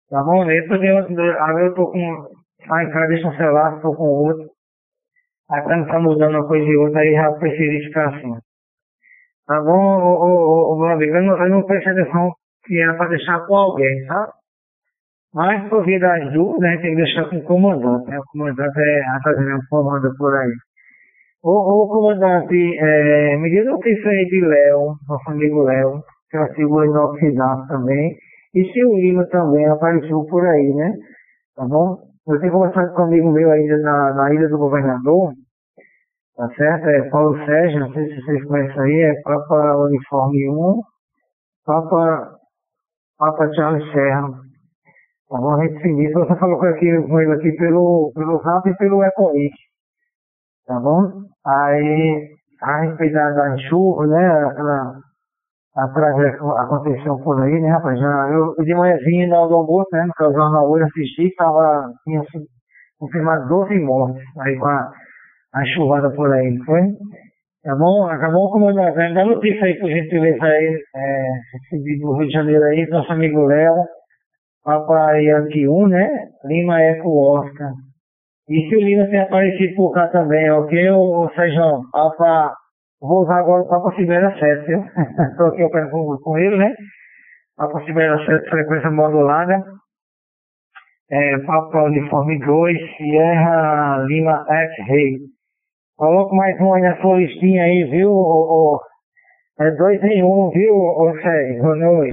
Tá bom? Depois eu, agora eu tô com. Sai em casa, deixa um celular, tô com outro. Aí quando tá mudando uma coisa e outra, aí já preferi ficar assim. Tá bom, ô, ô, ô, ô meu amigo? Eu não, eu não prestei atenção que era pra deixar com alguém, tá? Mas por via das dúvidas, a gente tem que deixar com o comandante, né? O comandante é a fazendo um comando por aí. Ô, ô comandante, é, me diz o que isso aí de Léo, nosso amigo Léo, que é uma figura inoxidável também. E se o Lima também apareceu por aí, né? Tá bom? Eu tenho conversado com um amigo meu ainda na, na Ilha do Governador, tá certo? É Paulo Sérgio, não sei se vocês conhecem aí, é Papa Uniforme um, Papa, Papa Charles Serra. Tá bom? A gente se disse, você falou com, aqui, com ele aqui pelo, pelo Zap e pelo Ecoix, tá bom? Aí, a respeito da, da chuva, né? Aquela, a tragédia que aconteceu por aí, né, rapaz? Já, eu, de manhãzinha, na hora do almoço, né? No jornal hoje, assisti, tava, tinha confirmado doze mortes aí com a, a chuvada por aí, não foi? Tá bom? Acabou com o comandante. Ainda notícia aí, por gentileza, aí, é, recebido do Rio de Janeiro aí, nosso amigo Léo, Papa Yankee um, né? Lima Eco Oscar. E se o Lima tem aparecido por cá também, ok, ô, ô Sérgio? Papa, vou usar agora o Papa Sibéria sete, viu? Tô aqui eu com, com ele, né? Papa Sibéria sete, frequência modulada. É, Papa Uniforme dois, Sierra Lima X-Ray. Coloca mais um aí na sua listinha aí, viu? O, o, é dois em um, viu, ô Sérgio? Boa noite.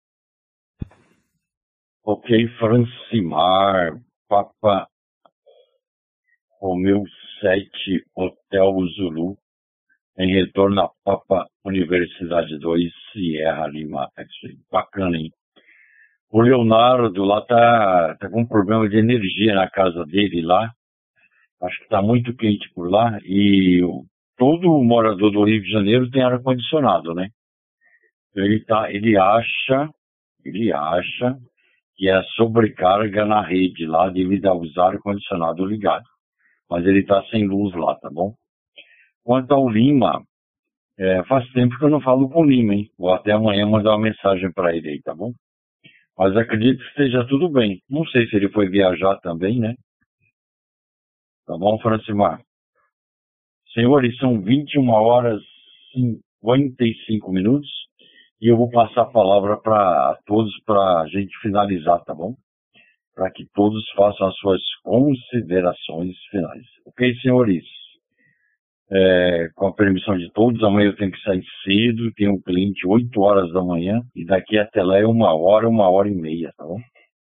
Ok, Francimar, Papa Romeu sete, Hotel Zulu, em retorno a Papa Universidade dois, Sierra Lima X-Ray. Bacana, hein? O Leonardo lá tá, tá com um problema de energia na casa dele lá. Acho que tá muito quente por lá e o, todo morador do Rio de Janeiro tem ar-condicionado, né? Ele, tá, ele acha, ele acha que é sobrecarga na rede lá devido ao ar-condicionado ligado. Mas ele tá sem luz lá, tá bom? Quanto ao Lima, é, faz tempo que eu não falo com o Lima, hein? Vou até amanhã mandar uma mensagem para ele aí, tá bom? Mas acredito que esteja tudo bem. Não sei se ele foi viajar também, né? Tá bom, Francimar? Senhores, são vinte e uma horas e cinquenta e cinco minutos e eu vou passar a palavra para todos para a gente finalizar, tá bom? Para que todos façam as suas considerações finais. Ok, senhores? É, com a permissão de todos, amanhã eu tenho que sair cedo, tenho um cliente oito horas da manhã e daqui até lá é uma hora, uma hora e meia, tá bom?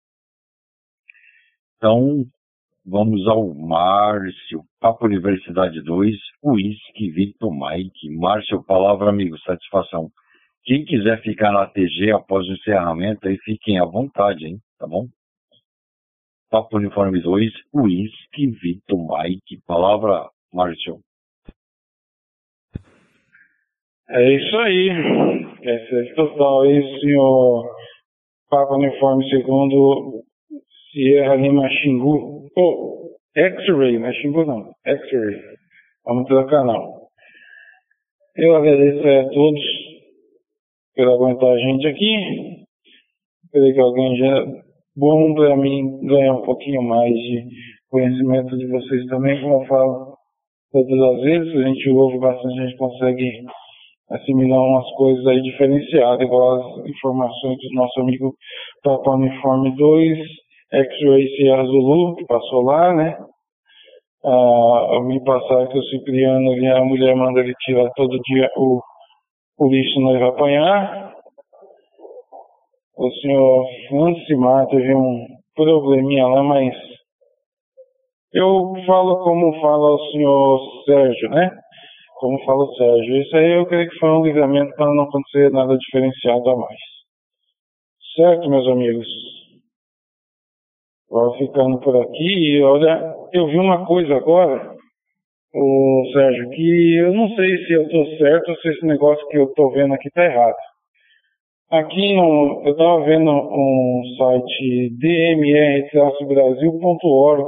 Então, vamos ao Márcio, Papo Universidade dois, Whisky, Victor Mike. Márcio, palavra, amigo, satisfação. Quem quiser ficar na T G após o encerramento, aí fiquem à vontade, hein, tá bom? Papo Uniforme dois, Whisky, Victor Mike. Palavra, Márcio. É isso aí. É total aí, senhor Papa Uniforme segundo Sierra Lima Xingu. Oh, X-Ray, não é Xingu não. X-Ray. Vamos trocar não. Eu agradeço a todos por aguentar a gente aqui. Espero que alguém já... Bom para mim ganhar um pouquinho mais de conhecimento de vocês também, como eu falo todas as vezes. A gente ouve bastante, a gente consegue assimilar umas coisas aí diferenciadas, igual as informações do nosso amigo Papa Uniforme dois, X-Ray Sierra Zulu, que passou lá, né? Ah, me passaram que o Cipriano e a mulher manda ele tirar todo dia o, o lixo, nós vai apanhar. O senhor Francimar teve um probleminha lá, mas eu falo como fala o senhor Sérgio, né? Como fala o Sérgio. Isso aí eu creio que foi um livramento para não acontecer nada diferenciado a mais. Certo, meus amigos? Vou ficando por aqui. E olha, eu vi uma coisa agora, o Sérgio, que eu não sei se eu estou certo ou se esse negócio que eu estou vendo aqui está errado. Aqui no, eu estava vendo um site d m r brasil ponto org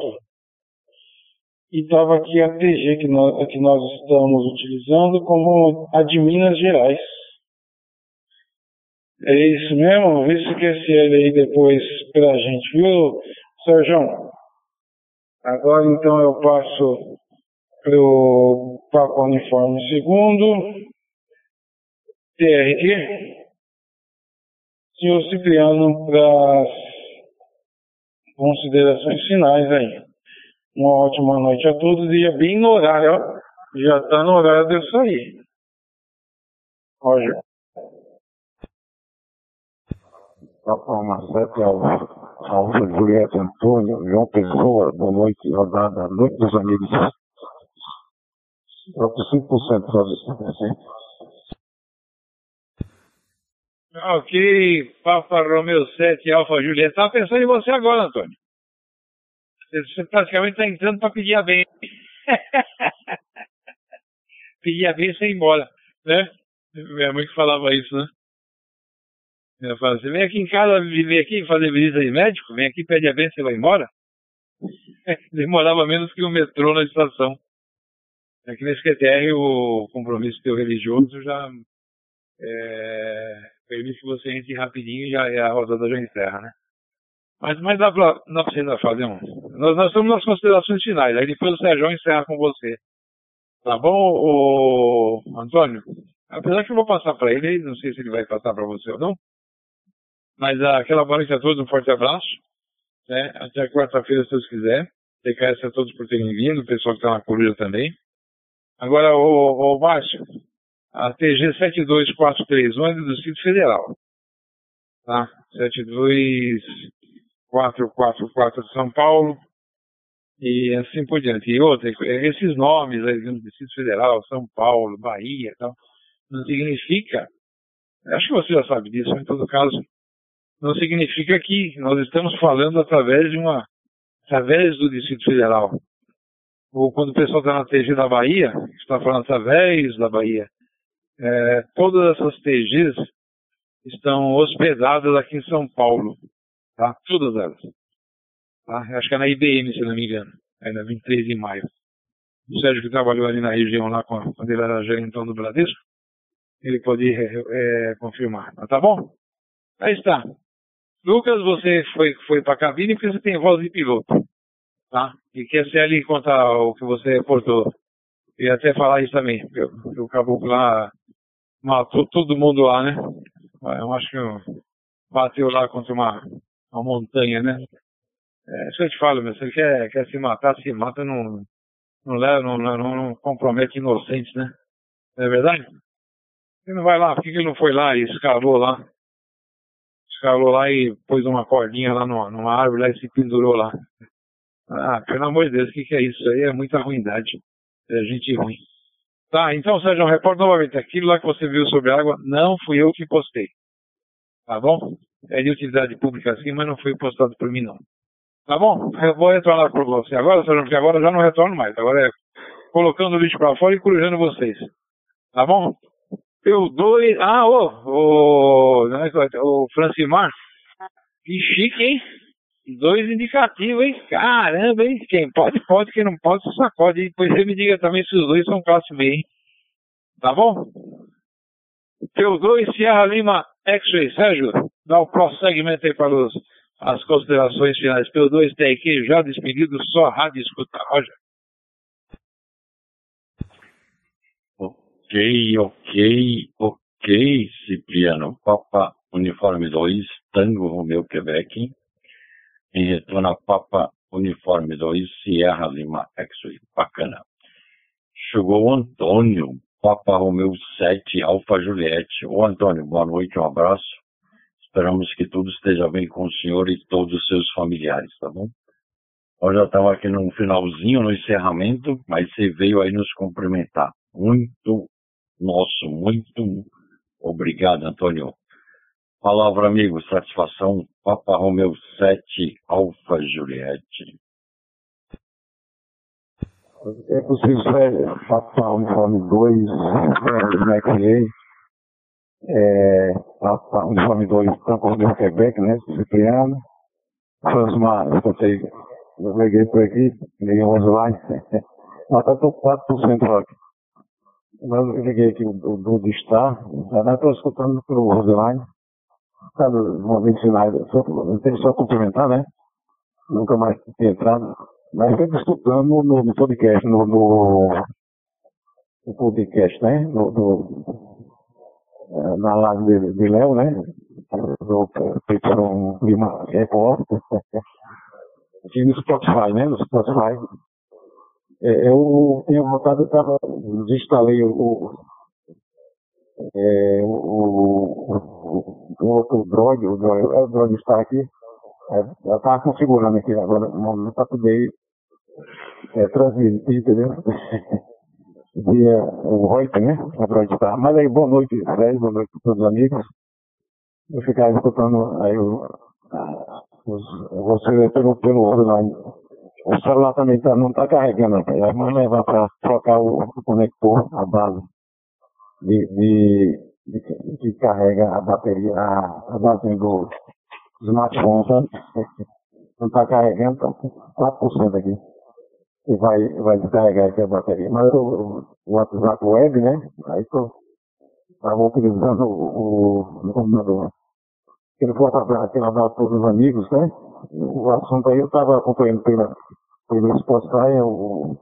e estava aqui a T G que nós, que nós estamos utilizando como a de Minas Gerais. É isso mesmo? Vê se esquece ele aí depois pra gente, viu, Sérgio? Agora então eu passo pro Papa Uniforme segundo, T R Q, senhor Cipriano, para as considerações finais aí. Uma ótima noite a todos, dia bem no horário, ó. Já está no horário de eu sair. Roger. Papa Marcete, Alfa, Juliette, Antônio, João Pessoa, boa noite, rodada, noite dos amigos. Troco cinco por cento só disso. Ok, Papa Romeo sete, Alfa Julieta. Estava pensando em você agora, Antônio. Você praticamente está entrando para pedir a benção. Pedir a benção e ir embora, né? Minha mãe que falava isso, né? Ela fala assim, vem aqui em casa, vem aqui fazer visita de médico, vem aqui, pede a benção e vai embora. Demorava menos que um metrô na estação. Aqui nesse Q T R o compromisso teu religioso já é, permite que você entre rapidinho e já, a rodada já encerra, né? Mas, mas dá pra, dá pra você ainda fazer um... Nós, nós estamos nas considerações finais, aí depois o Sérgio encerra com você. Tá bom, o Antônio? Apesar que eu vou passar para ele, não sei se ele vai passar para você ou não, mas aquela boa noite a todos, um forte abraço, né? Até quarta-feira, se Deus quiser. T K S a todos por terem vindo, o pessoal que está na Coruja também. Agora, o, o Márcio, a T G sete dois quatro três um é do Distrito Federal, tá? sete dois quatro quatro quatro de São Paulo, e assim por diante. E outra, esses nomes aí do Distrito Federal, São Paulo, Bahia e tal, não significa, acho que você já sabe disso, em todo caso, não significa que nós estamos falando através de uma, através do Distrito Federal. Ou quando o pessoal está na T G da Bahia, está falando através da Bahia. É, todas essas T Gs estão hospedadas aqui em São Paulo, tá? Todas elas. Tá? Acho que é na I B M, se não me engano. É na vinte e três de maio. O Sérgio que trabalhou ali na região, lá quando ele era gerentão do Bradesco, ele pode é, é, confirmar. Tá bom? Aí está. Lucas, você foi, foi para a cabine porque você tem voz de piloto. Tá? E quer ser ali contar o que você reportou. E até falar isso também. Porque o caboclo lá matou todo mundo lá, né? Eu acho que bateu lá contra uma, uma montanha, né? É isso que eu te falo, meu. Se ele quer, quer se matar, se mata, não, não, leva, não, não, não compromete inocentes, né? Não é verdade? Ele não vai lá, por que ele não foi lá e escalou lá? Escalou lá e pôs uma cordinha lá numa, numa árvore lá e se pendurou lá. Ah, pelo amor de Deus, o que, que é isso? Isso aí é muita ruindade. É gente ruim. Tá, então, Sérgio, reporta novamente. Aquilo lá que você viu sobre a água, não fui eu que postei. Tá bom? É de utilidade pública assim, mas não foi postado por mim, não. Tá bom? Eu vou retornar por você agora, Sérgio, porque agora eu já não retorno mais. Agora é colocando o lixo pra fora e corujando vocês. Tá bom? Eu dou... Ah, ô, ô, ô, Francimar. Que chique, hein? Dois indicativos, hein? Caramba, hein? Quem pode, pode. Quem não pode, sacode. E depois você me diga também se os dois são classe B, hein? Tá bom? P dois, Sierra Lima, X-Ray. Sérgio, dá o prosseguimento aí para os, as considerações finais. P dois, T Q, já despedido, só rádio escuta. Roger. Ok, ok, ok, Cipriano. Papa Uniforme dois, Tango Romeo Quebec. Em retorno a Papa Uniforme dois, Sierra Lima X-Ray. Bacana. Chegou o Antônio, Papa Romeo sete, Alfa Juliette. Ô Antônio, boa noite, um abraço. Esperamos que tudo esteja bem com o senhor e todos os seus familiares, tá bom? Nós já estamos aqui no finalzinho, no encerramento, mas você veio aí nos cumprimentar. Muito, nosso, muito obrigado, Antônio. Palavra, amigo, satisfação, Papa Romeo sete, Alfa Juliette. É possível ser Papa Uniforme dois, como é que é? É, Papa Uniforme dois, Tango Romeo Quebec, né? Cipriano. Francimar, eu contei, eu peguei por aqui, liguei o online. Mas tá com quatro por cento aqui. Mas eu liguei aqui o do estar, já estou escutando pelo Roseline. sabe, uma vez só, só cumprimentar, né? Nunca mais ter entrado. Mas sempre escutando no, no podcast, no, no, no podcast, né? No, no, na live de, de Léo, né? Do Peter um Lima Repórter. Aqui no Spotify, né? No Spotify. É, eu tenho vontade, eu tava, desinstalei o, é, o, o, o, o outro drone, o drone, o drone está aqui. É, ela estava configurando aqui agora, no momento para poder é, transmitir, entendeu? Via o Reuters, né? A Droid está. Mas aí, boa noite, Zé, boa noite para todos os amigos. Eu ficava escutando aí o, a, os, você pelo, pelo online. O celular também tá, não está carregando, rapaz. Aí vamos levar para trocar o, o conector, a base de, de, de, que carrega a bateria, a, a base do smartphone, sabe? Não está carregando, está com quatro por cento aqui. E vai, vai descarregar aqui a bateria. Mas o, o WhatsApp web, né? Aí estou utilizando o, o, o computador. Ele for aquele abraço para todos os amigos, né? O assunto aí eu estava acompanhando pela, pelo Spotify, o,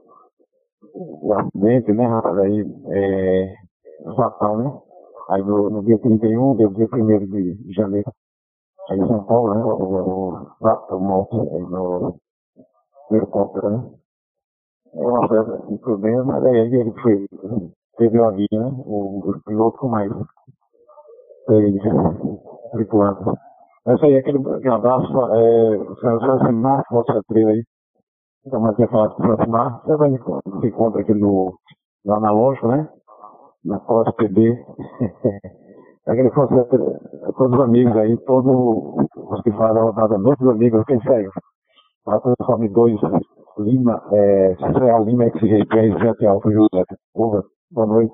o acidente, né, rapaz? Aí, é, fatal, né? Aí no, no dia trinta e um, dia primeiro de janeiro, aí em São Paulo, né? O fatal morto no helicóptero, né? É uma festa de problema, mas aí ele foi, teve uma guia, né? O, o piloto com mais três tripulantes. Essa aí é aquele, aquele abraço, é, você vai Mar, mostra a trilha aí. Então, mais quer falar com o Francisco Mar, você vai se encontra aqui no, no analógico, né? Na Costa P B. Aquele fosse a todos os amigos aí, todos os que fazem a rodada, nossos amigos, quem segue. Plataforma dois, Lima, é, Real Lima, X-Ray três, G T Alfa, José. Over, boa noite.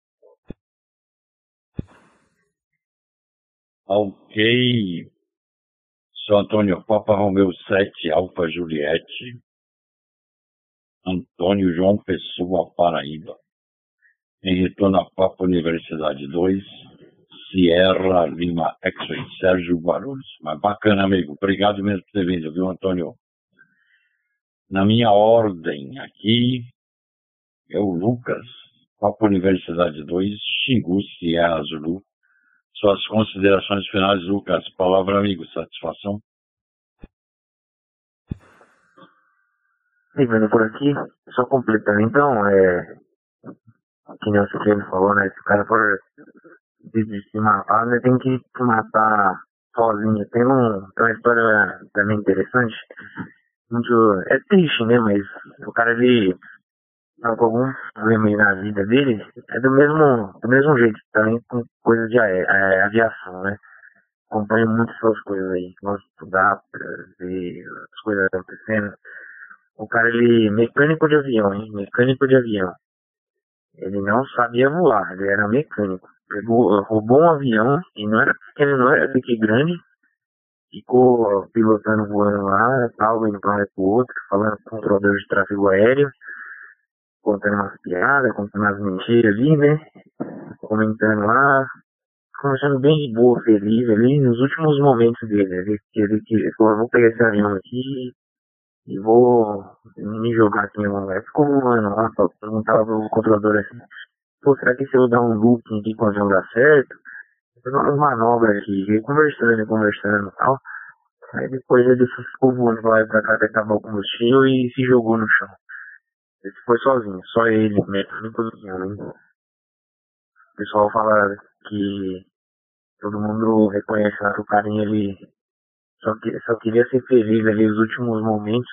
Ok. Sou Antônio Papa Romeu sete, Alfa Juliette. Antônio João Pessoa, Paraíba. Em retorno a Papa Universidade dois, Sierra Lima X-Ray, Sérgio Guarulhos. Mas bacana, amigo. Obrigado mesmo por ter vindo, viu, Antônio? Na minha ordem aqui, é o Lucas, Papa Universidade dois, Xingu, Sierra Zulu. Suas considerações finais, Lucas. Palavra, amigo. Satisfação. Vendo por aqui, só completando, então, é, que nem o que falou, né, se o cara for de se matar, ele tem que se matar sozinho. Tem, um, tem uma história também interessante, muito, é triste, né, mas o cara, ele tá com algum problema aí na vida dele, é do mesmo, do mesmo jeito, também com coisa de é, é, aviação, né. Acompanho muito essas coisas aí, gosto de estudar, ver as coisas acontecendo. O cara, ele, mecânico de avião, hein? Mecânico de avião. Ele não sabia voar, ele era mecânico. Pegou, roubou um avião, e não era pequeno, não era pequeno grande. Ficou pilotando, voando lá, tal, indo pra um e pro outro, falando com o controlador de tráfego aéreo, contando umas piadas, contando umas mentiras ali, né? Comentando lá, conversando bem de boa, feliz ali, nos últimos momentos dele. Ele, ele, ele falou, vou pegar esse avião aqui e vou me jogar aqui em algum lugar. Ficou voando lá, perguntava pro controlador assim, pô, será que se eu dar um looping aqui com o avião dá certo? Eu fiz umas manobras aqui, conversando, conversando e tal. Aí depois ele ficou voando pra lá e pra cá, até acabar o combustível e se jogou no chão. Ele foi sozinho, só ele, mecânico do avião, né? O pessoal fala que todo mundo reconhece lá que o carinha, ele só, que, só queria ser feliz ali nos últimos momentos.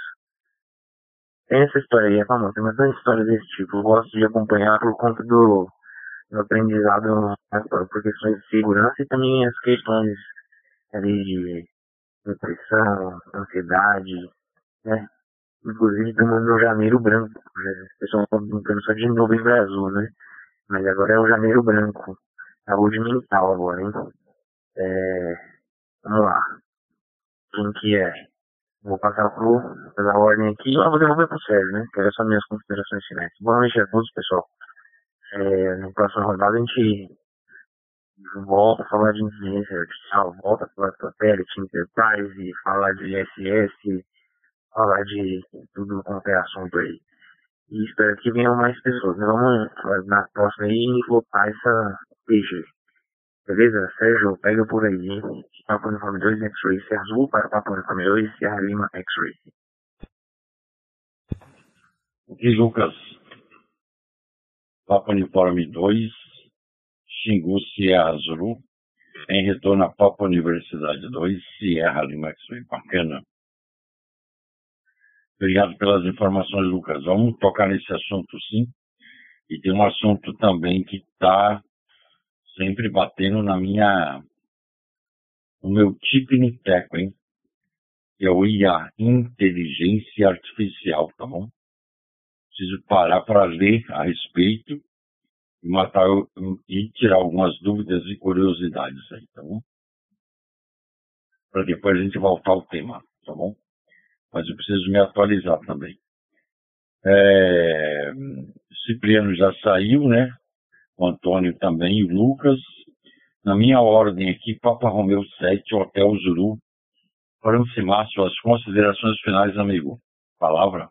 Tem essa história aí, é famosa, tem bastante história desse tipo. Eu gosto de acompanhar por conta do, do aprendizado, né, por questões de segurança e também as questões ali de depressão, ansiedade, né? Inclusive estamos no Janeiro Branco, né? O pessoal está brincando só de Novembro Azul, né? Mas agora é o Janeiro Branco, saúde mental agora, hein? É, vamos lá. Quem que é? Vou passar pro, pela ordem aqui. Ah, vou devolver pro Sérgio, né? Que é só minhas considerações finais. Boa noite a todos, pessoal. É, na próxima rodada a gente volta a falar de inteligência artificial, volta a falar de satélite, enterprise, falar de S S, falar de tudo quanto é assunto aí. E espero que venham mais pessoas. Nós vamos na próxima aí lotar essa peixe. Beleza? Sérgio, pega por aí, hein? Papo Uniforme dois, X-Ray, Serra Azul para Papo Uniforme dois, Serra Lima, X-Ray. Ok, Lucas. Papo Uniforme dois, Xingu, Sierra Azul, em retorno a Papo Universidade dois, Sierra Lima, X-Ray. Bacana. Obrigado pelas informações, Lucas. Vamos tocar nesse assunto, sim. E tem um assunto também que está sempre batendo na minha, no meu tipo no teco, hein? Que é o I A, Inteligência Artificial, tá bom? Preciso parar para ler a respeito e, matar, e tirar algumas dúvidas e curiosidades aí, tá bom? Para depois a gente voltar ao tema, tá bom? Mas eu preciso me atualizar também. É, Cipriano já saiu, né? O Antônio também e o Lucas. Na minha ordem aqui, Papa Romeu sete, Hotel Zulu. Francimar, suas considerações finais, amigo. Palavra.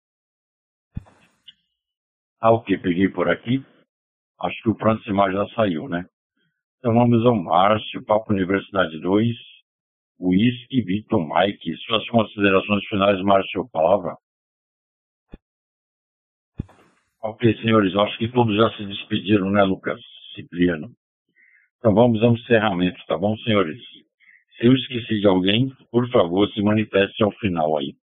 Ah, o que? Peguei por aqui. Acho que o Francimar já saiu, né? Então vamos ao Márcio, Papo Universidade dois. Whisky, Vitor, Mike. Suas considerações finais, Márcio. Palavra. Ok, senhores. Acho que todos já se despediram, né, Lucas? Cipriano. Então vamos ao encerramento, tá bom, senhores? Se eu esqueci de alguém, por favor, se manifeste ao final aí.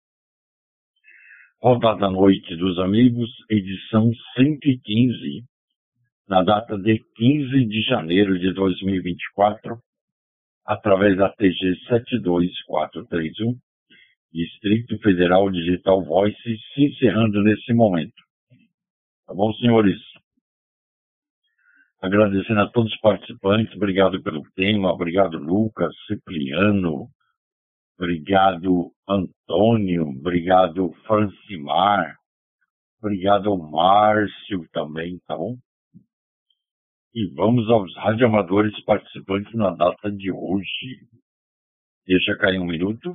Rodada Noite dos Amigos, edição cento e quinze, na data de quinze de janeiro de dois mil e vinte e quatro, através da T G sete dois quatro três um, Distrito Federal Digital Voice, se encerrando nesse momento. Tá bom, senhores? Agradecendo a todos os participantes, obrigado pelo tema, obrigado Lucas, Cipriano, obrigado Antônio, obrigado Francimar, obrigado ao Márcio também, tá bom? E vamos aos radioamadores participantes na data de hoje. Deixa cair um minuto.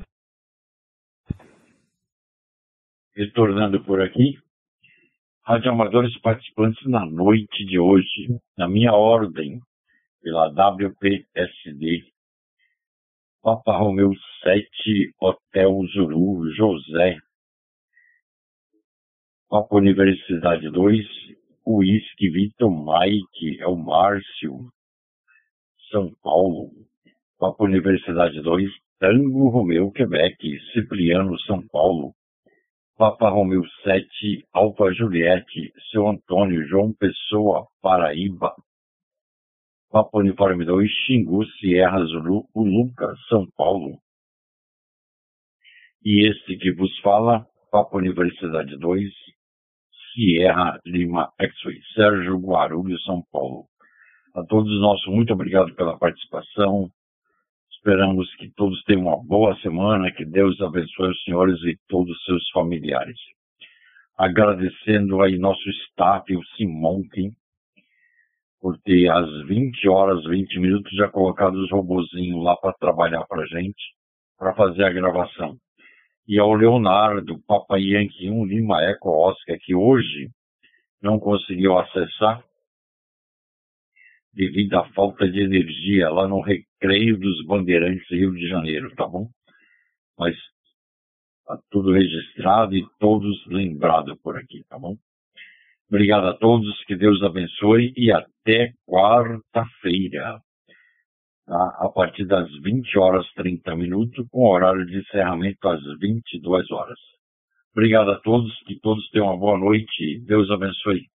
Retornando por aqui. Radioamadores participantes na noite de hoje, na minha ordem, pela W P S D, Papa Romeu sete, Hotel Zulu, José, Papa Universidade dois, Whisky, Vitor, Mike, é o Márcio, São Paulo, Papa Universidade dois, Tango Romeu, Quebec, Cipriano, São Paulo, Papa Romeu sete, Alfa Juliette, seu Antônio, João Pessoa, Paraíba. Papa Uniforme dois, Xingu, Sierra Zulu, o Lucas, São Paulo. E este que vos fala, Papa Universidade dois, Sierra Lima X-Ray, Sérgio, Guarulhos, São Paulo. A todos nós, muito obrigado pela participação. Esperamos que todos tenham uma boa semana, que Deus abençoe os senhores e todos os seus familiares. Agradecendo aí nosso staff, o Simonte, por ter às vinte horas, vinte minutos já colocado os robozinhos lá para trabalhar para a gente, para fazer a gravação. E ao Leonardo, Papa Yankee um, Lima Eco Oscar, que hoje não conseguiu acessar, devido à falta de energia lá no Recreio dos Bandeirantes, Rio de Janeiro, tá bom? Mas tá tudo registrado e todos lembrados por aqui, tá bom? Obrigado a todos, que Deus abençoe e até quarta-feira, tá? A partir das vinte horas e trinta minutos, com horário de encerramento às vinte e duas horas. Obrigado a todos, que todos tenham uma boa noite. Deus abençoe.